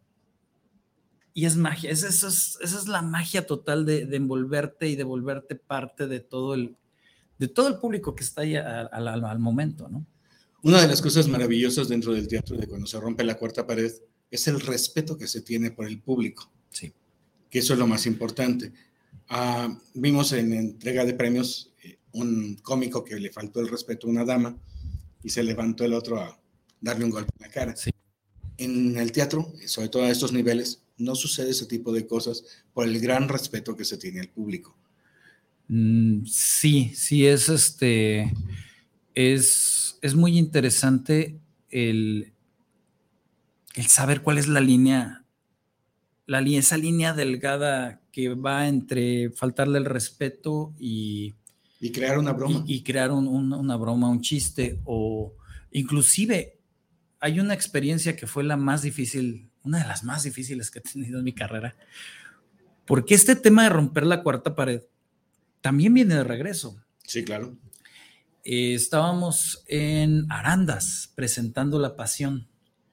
y es magia. Esa es, esa es la magia total de, de envolverte y de volverte parte de todo el, de todo el público que está ahí al, al, al momento, ¿no? Una de las cosas maravillosas dentro del teatro, de cuando se rompe la cuarta pared, es el respeto que se tiene por el público. Sí. Que eso es lo más importante. Uh, vimos en entrega de premios eh, un cómico que le faltó el respeto a una dama y se levantó el otro a darle un golpe en la cara. Sí. En el teatro, sobre todo a estos niveles, no sucede ese tipo de cosas por el gran respeto que se tiene al público. Mm, sí, sí, es este... Es, es muy interesante el, el saber cuál es la línea, la, esa línea delgada que va entre faltarle el respeto y... Y crear una broma. Y, y crear un, un, una broma, un chiste, o inclusive hay una experiencia que fue la más difícil, una de las más difíciles que he tenido en mi carrera, porque este tema de romper la cuarta pared también viene de regreso. Sí, claro. Eh, estábamos en Arandas presentando La Pasión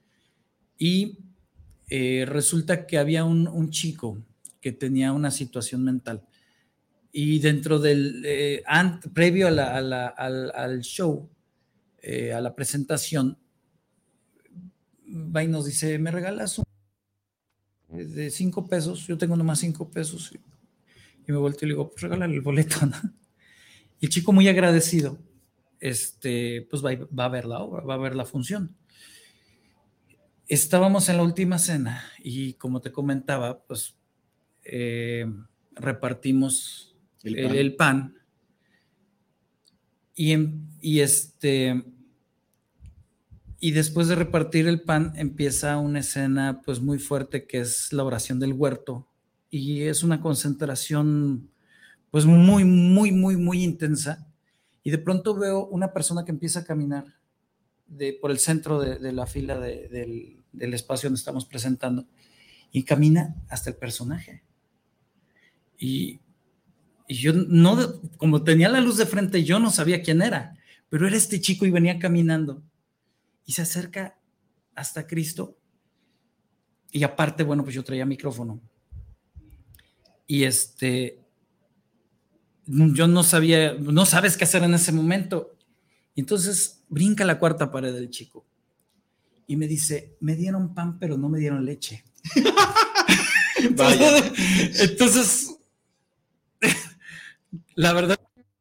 y eh, resulta que había un, un chico que tenía una situación mental, y dentro del, eh, ant, previo a la, a la, al, al show, eh, a la presentación, va y nos dice, ¿me regalas un? de cinco pesos, yo tengo nomás cinco pesos. Y, y me volteo y le digo, pues regálale el boleto, ¿no? Y el chico muy agradecido, este, pues va, va a ver la obra, va a ver la función. Estábamos en la última cena y como te comentaba, pues eh, repartimos el pan, el, el pan y, y, este, y después de repartir el pan empieza una escena pues muy fuerte que es la oración del huerto y es una concentración pues muy, muy, muy, muy intensa y de pronto veo una persona que empieza a caminar de, por el centro de, de la fila de, del, del espacio donde estamos presentando y camina hasta el personaje. Y, y yo no, como tenía la luz de frente, yo no sabía quién era, pero era este chico y venía caminando y se acerca hasta Cristo y aparte, bueno, pues yo traía micrófono y este, yo no sabía, no sabes qué hacer en ese momento. Entonces brinca la cuarta pared del chico y me dice, me dieron pan, pero no me dieron leche. entonces, entonces, la verdad,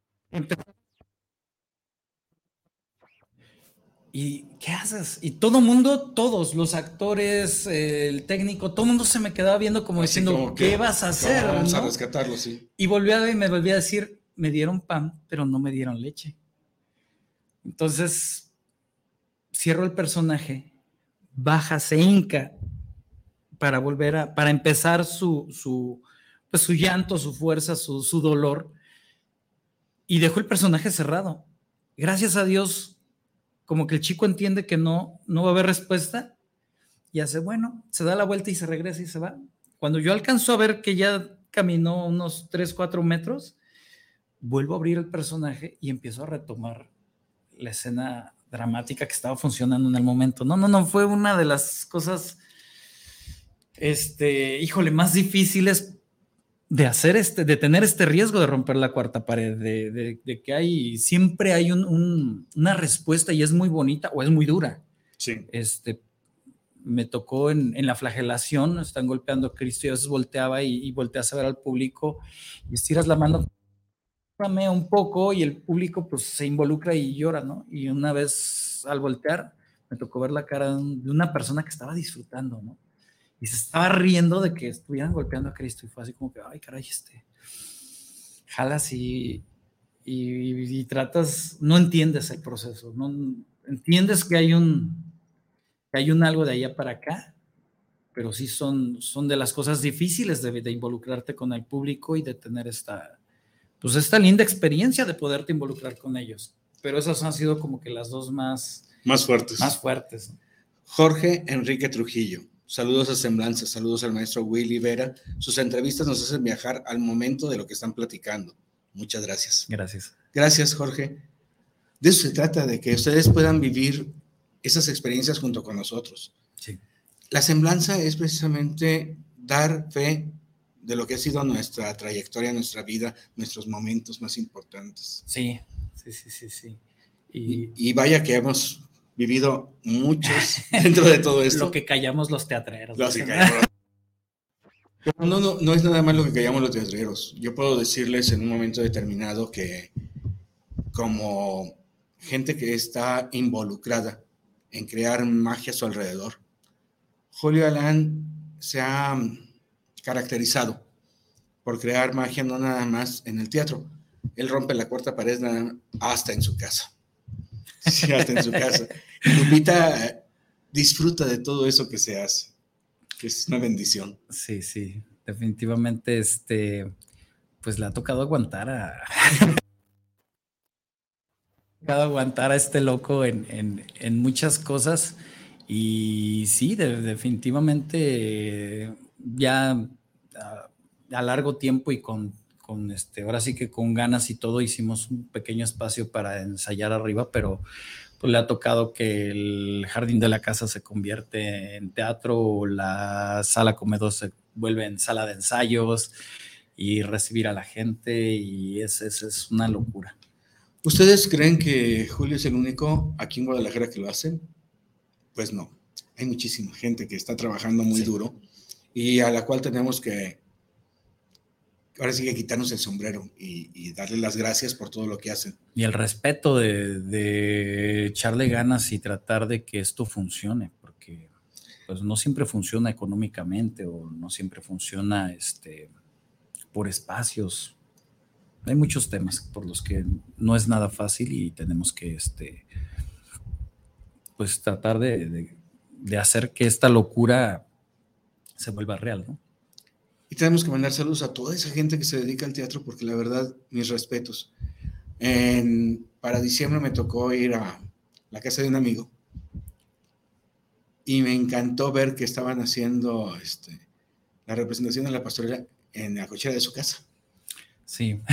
¿y qué haces? Y todo mundo, todos, los actores, el técnico, todo el mundo se me quedaba viendo como Así diciendo, como que, ¿qué vas a hacer? Vamos ¿no? a rescatarlo, sí. Y volví a, y me volví a decir, me dieron pan, pero no me dieron leche. Entonces, cierro el personaje, baja, se hinca para volver a, para empezar su, su, pues su llanto, su fuerza, su, su dolor, y dejo el personaje cerrado. Gracias a Dios, como que el chico entiende que no, no va a haber respuesta, y hace, bueno, se da la vuelta y se regresa y se va. Cuando yo alcanzo a ver que ya caminó unos tres, cuatro metros, vuelvo a abrir el personaje y empiezo a retomar la escena dramática que estaba funcionando en el momento. No, no, no, fue una de las cosas, este, híjole, más difíciles de hacer, este, de tener este riesgo de romper la cuarta pared, de, de, de que hay, siempre hay un, un, una respuesta y es muy bonita o es muy dura. Sí. Este, me tocó en, en la flagelación, están golpeando a Cristo y a veces volteaba y, y volteas a ver al público y estiras la mano un poco y el público pues se involucra y llora, ¿no? Y una vez al voltear me tocó ver la cara de una persona que estaba disfrutando, ¿no? Y se estaba riendo de que estuvieran golpeando a Cristo y fue así como que, ay caray, este, jalas y, y, y tratas, no entiendes el proceso, no entiendes que hay un, que hay un algo de allá para acá, pero sí son, son de las cosas difíciles de, de involucrarte con el público y de tener esta pues esta linda experiencia de poderte involucrar con ellos. Pero esas han sido como que las dos más... Más fuertes. Más fuertes. Jorge Enrique Trujillo. Saludos a Semblanzas, saludos al maestro Willy Vera. Sus entrevistas nos hacen viajar al momento de lo que están platicando. Muchas gracias. Gracias. Gracias, Jorge. De eso se trata, de que ustedes puedan vivir esas experiencias junto con nosotros. Sí. La semblanza es precisamente dar fe de lo que ha sido nuestra trayectoria, nuestra vida, nuestros momentos más importantes. Sí, sí, sí, sí, sí. Y, y vaya que hemos vivido muchos dentro de todo esto. Lo que callamos los teatreros. Lo que callamos. No, no, no es nada más lo que callamos los teatreros. Yo puedo decirles en un momento determinado que como gente que está involucrada en crear magia a su alrededor, Julio Galán se ha caracterizado por crear magia no nada más en el teatro. Él rompe la cuarta pared nada, hasta en su casa. Sí, hasta en su casa. Lupita disfruta de todo eso que se hace, que es una bendición. Sí, sí, definitivamente, este, pues le ha tocado aguantar a... tocado aguantar a este loco en, en, en muchas cosas y sí, de, definitivamente ya a, a largo tiempo y con, con este, ahora sí que con ganas y todo hicimos un pequeño espacio para ensayar arriba, pero pues le ha tocado que el jardín de la casa se convierte en teatro o la sala comedor se vuelve en sala de ensayos y recibir a la gente y es, es, es una locura. ¿Ustedes creen que Julio es el único aquí en Guadalajara que lo hace? Pues no, hay muchísima gente que está trabajando muy sí. duro y a la cual tenemos que, ahora sí que quitarnos el sombrero y, y darle las gracias por todo lo que hacen. Y el respeto de, de echarle ganas y tratar de que esto funcione, porque pues no siempre funciona económicamente o no siempre funciona este, por espacios. Hay muchos temas por los que no es nada fácil y tenemos que este, pues tratar de, de, de hacer que esta locura se vuelva real, ¿no? Y tenemos que mandar saludos a toda esa gente que se dedica al teatro, porque la verdad, mis respetos. En, para diciembre me tocó ir a la casa de un amigo y me encantó ver que estaban haciendo este, la representación de la pastorela en la cochera de su casa. Sí.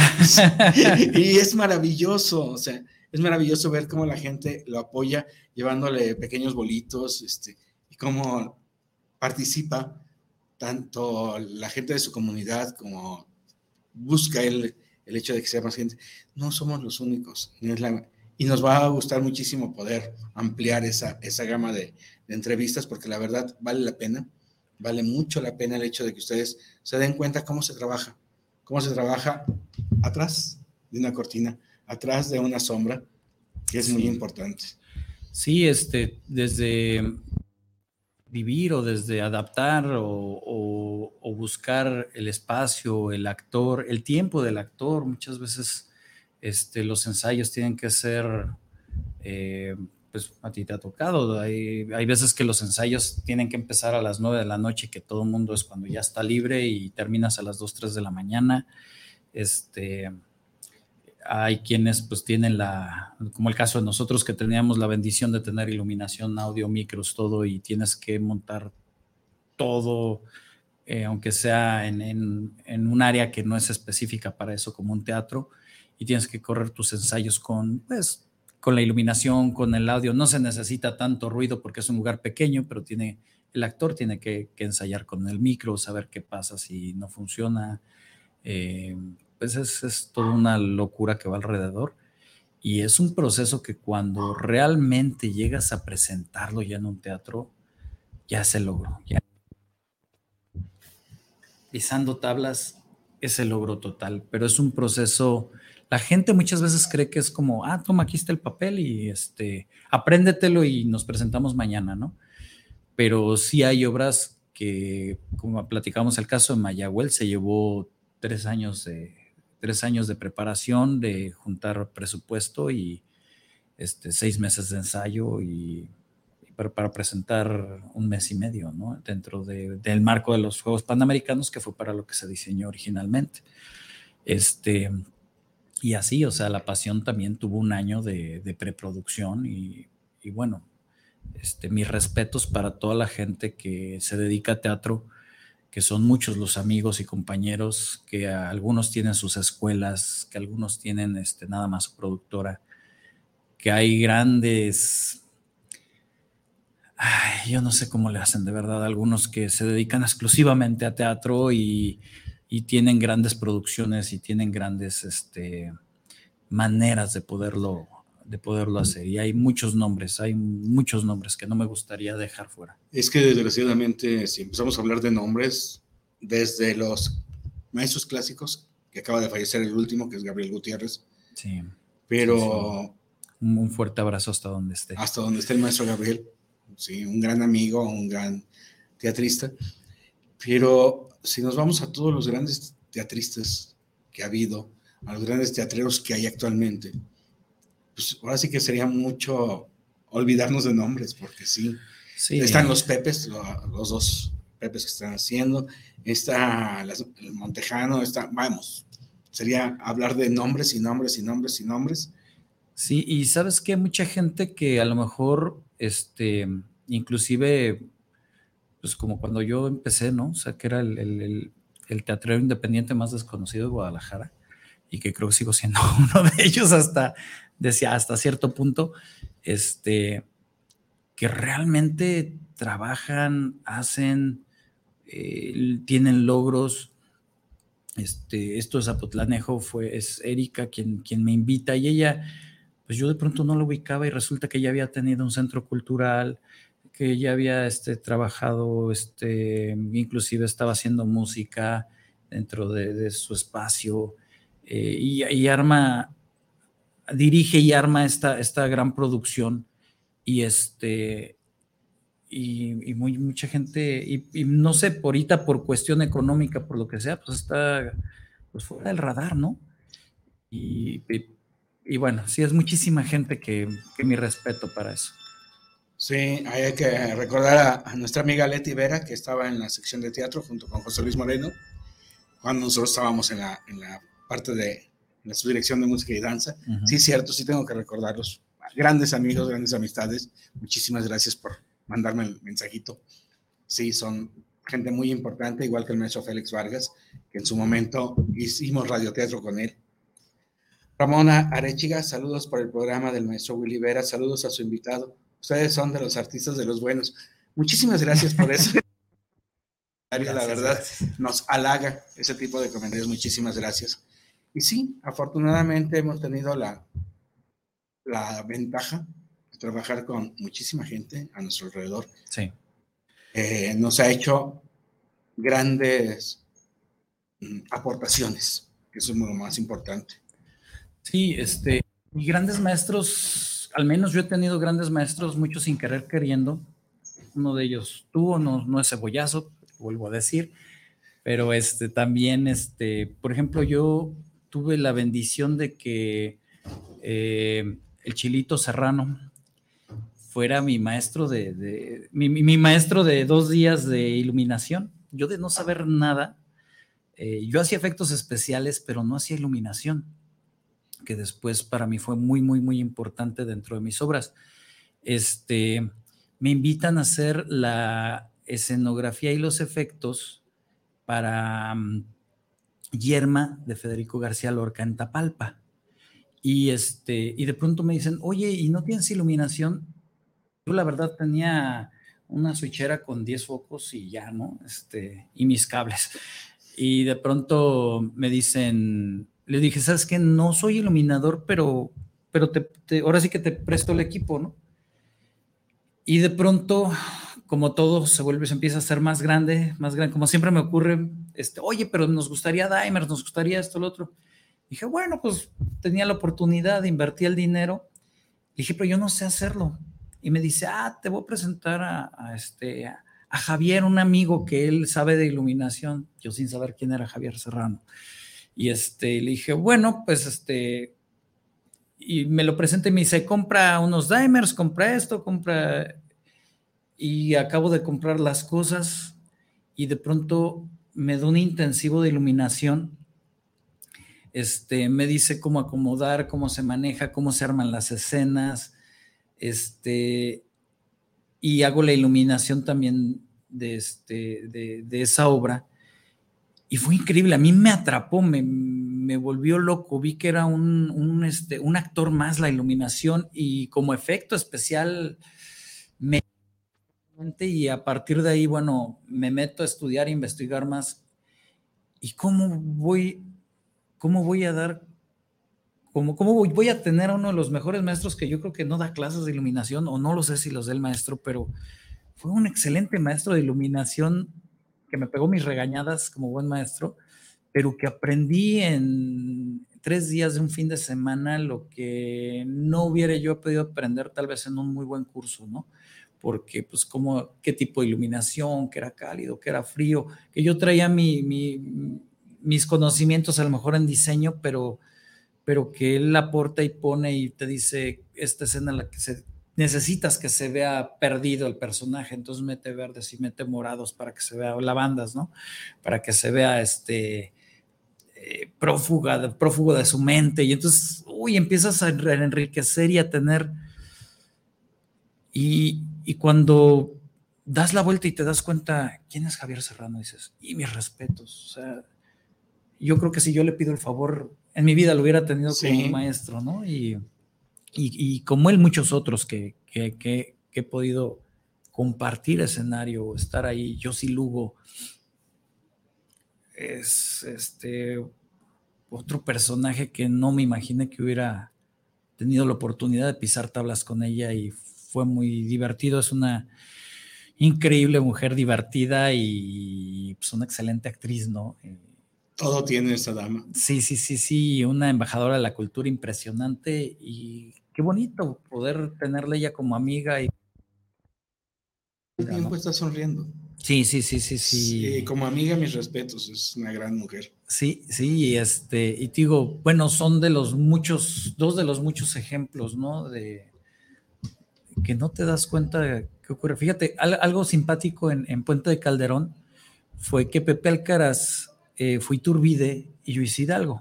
Y es maravilloso, o sea, es maravilloso ver cómo la gente lo apoya llevándole pequeños bolitos, este, y cómo participa tanto la gente de su comunidad como busca el, el hecho de que sea más gente. No somos los únicos, no es la, y nos va a gustar muchísimo poder ampliar esa, esa gama de, de entrevistas, porque la verdad vale la pena, vale mucho la pena el hecho de que ustedes se den cuenta cómo se trabaja, cómo se trabaja atrás de una cortina, atrás de una sombra, que es sí. muy importante. Sí, este, desde vivir o desde adaptar o, o, o buscar el espacio, el actor, el tiempo del actor. Muchas veces este, los ensayos tienen que ser, eh, pues a ti te ha tocado, hay, hay veces que los ensayos tienen que empezar a las nueve de la noche, que todo el mundo es cuando ya está libre y terminas a las dos, tres de la mañana. Este, hay quienes pues tienen la, como el caso de nosotros que teníamos la bendición de tener iluminación, audio, micros, todo, y tienes que montar todo, eh, aunque sea en, en, en un área que no es específica para eso, como un teatro, y tienes que correr tus ensayos con, pues, con la iluminación, con el audio. No se necesita tanto ruido porque es un lugar pequeño, pero tiene, el actor tiene que, que ensayar con el micro, saber qué pasa si no funciona. Eh, pues es, es toda una locura que va alrededor, y es un proceso que cuando realmente llegas a presentarlo ya en un teatro, ya se logró. Ya. Pisando tablas es el logro total, pero es un proceso. La gente muchas veces cree que es como, ah, toma, aquí está el papel y este, apréndetelo y nos presentamos mañana, ¿no? Pero sí hay obras que, como platicamos el caso de Mayagüel, se llevó tres años de tres años de preparación, de juntar presupuesto y este, seis meses de ensayo y, y para, para presentar un mes y medio, ¿no? Dentro de, del marco de los Juegos Panamericanos, que fue para lo que se diseñó originalmente. Este, y así, o sea, La Pasión también tuvo un año de, de preproducción y, y bueno, este, mis respetos para toda la gente que se dedica a teatro, que son muchos los amigos y compañeros, que algunos tienen sus escuelas, que algunos tienen este, nada más su productora, que hay grandes, ay, yo no sé cómo le hacen de verdad, algunos que se dedican exclusivamente a teatro y, y tienen grandes producciones y tienen grandes este, maneras de poderlo, de poderlo hacer. Y hay muchos nombres, hay muchos nombres que no me gustaría dejar fuera. Es que desgraciadamente, si empezamos a hablar de nombres, desde los maestros clásicos, que acaba de fallecer el último, que es Gabriel Gutiérrez. Sí. Pero... Sí, sí. Un, un fuerte abrazo hasta donde esté. Hasta donde esté el maestro Gabriel. Sí, un gran amigo, un gran teatrista. Pero si nos vamos a todos los grandes teatristas que ha habido, a los grandes teatreros que hay actualmente, pues ahora sí que sería mucho olvidarnos de nombres, porque sí, sí. Están los Pepes, los dos Pepes que están haciendo, está el Montejano, está, vamos, sería hablar de nombres y nombres y nombres y nombres. Sí, y sabes que mucha gente que a lo mejor, este, inclusive, pues como cuando yo empecé, ¿no? O sea, que era el, el, el, el teatrero independiente más desconocido de Guadalajara, y que creo que sigo siendo uno de ellos hasta, decía, hasta cierto punto, este, que realmente trabajan, hacen, eh, tienen logros. Este, esto de Zapotlanejo fue, es Erika quien, quien me invita, y ella, pues yo de pronto no lo ubicaba y resulta que ella había tenido un centro cultural, que ya había este, trabajado, este, inclusive estaba haciendo música dentro de, de su espacio, eh, y, y arma, dirige y arma esta, esta gran producción, y este, y, y muy, mucha gente, y, y no sé, por ahorita por cuestión económica, por lo que sea, pues está pues fuera del radar, ¿no? Y, y, y bueno, sí, es muchísima gente que, que mi respeto para eso. Sí, hay que recordar a, a nuestra amiga Leti Vera, que estaba en la sección de teatro junto con José Luis Moreno, cuando nosotros estábamos en la, en la parte de en la subdirección de música y danza. Uh-huh. Sí, cierto, sí tengo que recordarlos. Grandes amigos, grandes amistades. Muchísimas gracias por mandarme el mensajito. Sí, son gente muy importante, igual que el maestro Félix Vargas, que en su momento hicimos radioteatro con él. Ramona Arechiga, saludos por el programa del maestro Willy Vera, saludos a su invitado. Ustedes son de los artistas de los buenos. Muchísimas gracias por eso. Gracias, la verdad, gracias. Nos halaga ese tipo de comentarios. Muchísimas gracias. Y sí, afortunadamente hemos tenido la, la ventaja de trabajar con muchísima gente a nuestro alrededor. Sí. Eh, nos ha hecho grandes mm, aportaciones, que eso es lo más importante. Sí, este, y grandes maestros, al menos yo he tenido grandes maestros, muchos sin querer queriendo. Uno de ellos tuvo, no, no es Cebollazo, vuelvo a decir, pero este, también, este, por ejemplo, yo tuve la bendición de que eh, el Chilito Serrano fuera mi maestro de, de mi, mi maestro de dos días de iluminación. Yo de no saber nada, eh, yo hacía efectos especiales, pero no hacía iluminación, que después para mí fue muy, muy, muy importante dentro de mis obras. Este, me invitan a hacer la escenografía y los efectos para um, Yerma de Federico García Lorca en Tapalpa. Y, este, y de pronto me dicen, oye, ¿y no tienes iluminación? Yo la verdad tenía una switchera con diez focos y ya, ¿no? Este, y mis cables. Y de pronto me dicen, le dije, ¿sabes qué? No soy iluminador, pero, pero te, te, ahora sí que te presto el equipo, ¿no? Y de pronto, como todo se vuelve, se empieza a hacer más grande, más grande, como siempre me ocurre, este, oye, pero nos gustaría dimers, nos gustaría esto, lo otro. Dije, bueno, pues tenía la oportunidad de invertir el dinero. Dije, pero yo no sé hacerlo. Y me dice, ah, te voy a presentar a, a, este, a, a Javier, un amigo que él sabe de iluminación. Yo sin saber quién era Javier Serrano. Y este, le dije, bueno, pues este, y me lo presenta y me dice, compra unos dimers, compra esto, compra, y acabo de comprar las cosas y de pronto me da un intensivo de iluminación. Este, me dice cómo acomodar, cómo se maneja, cómo se arman las escenas, este, y hago la iluminación también de, este, de, de esa obra. Y fue increíble, a mí me atrapó, me, me volvió loco, vi que era un, un, este, un actor más la iluminación y como efecto especial me... Y a partir de ahí, bueno, me meto a estudiar, a investigar más. ¿Y cómo voy, cómo voy a dar, cómo, cómo voy, voy a tener a uno de los mejores maestros que yo creo que no da clases de iluminación, o no lo sé si los da el maestro, pero fue un excelente maestro de iluminación que me pegó mis regañadas como buen maestro, pero que aprendí en tres días de un fin de semana lo que no hubiera yo podido aprender tal vez en un muy buen curso, ¿no? Porque pues como qué tipo de iluminación, que era cálido, que era frío, que yo traía mi, mi, mis conocimientos a lo mejor en diseño, pero, pero que él aporta y pone y te dice esta escena en la que se... necesitas que se vea perdido el personaje, entonces mete verdes y mete morados para que se vea lavandas, ¿no? Para que se vea este eh, prófuga, prófugo de su mente, y entonces, uy, empiezas a enriquecer y a tener, y, y cuando das la vuelta y te das cuenta, ¿quién es Javier Serrano? Dices, y mis respetos, o sea, yo creo que si yo le pido el favor, en mi vida lo hubiera tenido como sí. un maestro, ¿no? Y Y, y como él, muchos otros que, que, que, que he podido compartir escenario, estar ahí. Yossi Lugo es este, otro personaje que no me imaginé que hubiera tenido la oportunidad de pisar tablas con ella y fue muy divertido. Es una, increíble mujer, divertida y pues una excelente actriz, ¿no? Todo tiene esta dama. Sí, sí, sí, sí, una embajadora de la cultura impresionante y qué bonito poder tenerla ella como amiga. Y el tiempo está sonriendo. Sí, sí, sí, sí, sí. Sí, como amiga, mis respetos, es una gran mujer. Sí, sí, y este, y te digo, bueno, son de los muchos, dos de los muchos ejemplos, ¿no? De que no te das cuenta de qué ocurre. Fíjate, al, algo simpático en, en Puente de Calderón fue que Pepe Alcaraz eh, fue Iturbide y yo hice Hidalgo.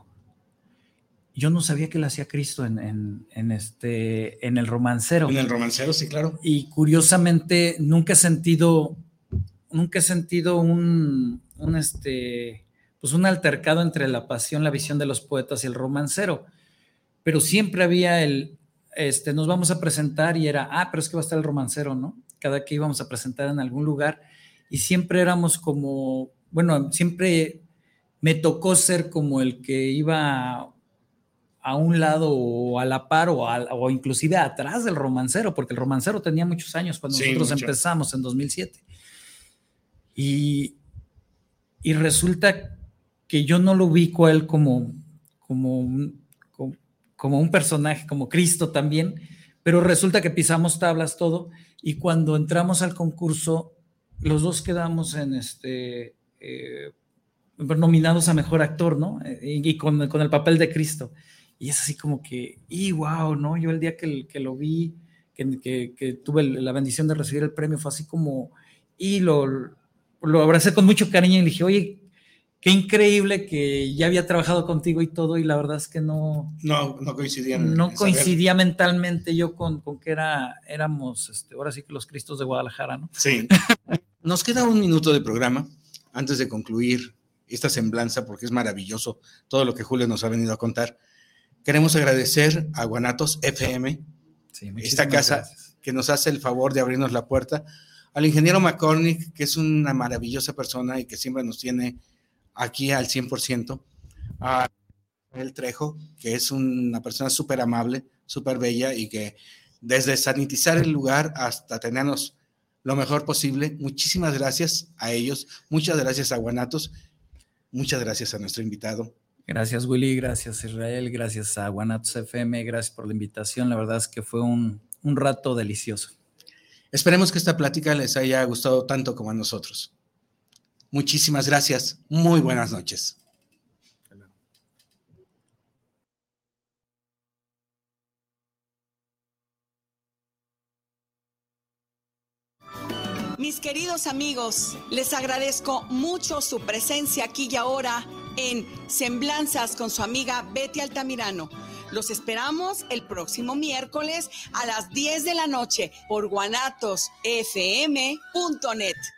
Yo no sabía que le hacía Cristo en, en, en, este, en el Romancero. En el Romancero, sí, claro. Y curiosamente nunca he sentido, nunca he sentido un, un, este, pues un altercado entre la pasión, la visión de los poetas y el Romancero. Pero siempre había el, este, nos vamos a presentar y era, ah, pero es que va a estar el Romancero, ¿no? Cada que íbamos a presentar en algún lugar y siempre éramos como, bueno, siempre me tocó ser como el que iba a un lado o a la par o, a, o inclusive atrás del Romancero, porque el Romancero tenía muchos años cuando sí, nosotros mucho. empezamos en dos mil siete. Y, y resulta que yo no lo ubico a él como, como, un, como, como un personaje, como Cristo también, pero resulta que pisamos tablas todo y cuando entramos al concurso, los dos quedamos en este... Eh, nominados a Mejor Actor, ¿no? Y, y con, con el papel de Cristo. Y es así como que, y wow, ¿no? Yo el día que, que lo vi, que, que, que tuve la bendición de recibir el premio, fue así como, y lo, lo abracé con mucho cariño y le dije, oye, qué increíble que ya había trabajado contigo y todo, y la verdad es que no... No, no coincidía. No coincidía saber. mentalmente yo con, con que era, éramos, este, ahora sí que los Cristos de Guadalajara, ¿no? Sí. Nos queda un minuto de programa antes de concluir esta semblanza, porque es maravilloso todo lo que Julio nos ha venido a contar. Queremos agradecer a Guanatos F M, sí, esta casa gracias. que nos hace el favor de abrirnos la puerta, al ingeniero McCormick, que es una maravillosa persona y que siempre nos tiene aquí al cien por ciento, a el Trejo, que es una persona súper amable, súper bella y que desde sanitizar el lugar hasta tenernos lo mejor posible, muchísimas gracias a ellos, muchas gracias a Guanatos. Muchas gracias a nuestro invitado. Gracias, Willy, gracias, Israel, gracias a Guanatos F M, gracias por la invitación. La verdad es que fue un, un rato delicioso. Esperemos que esta plática les haya gustado tanto como a nosotros. Muchísimas gracias. Muy buenas noches. Mis queridos amigos, les agradezco mucho su presencia aquí y ahora en Semblanzas con su amiga Betty Altamirano. Los esperamos el próximo miércoles a las diez de la noche por guanatos f m punto net.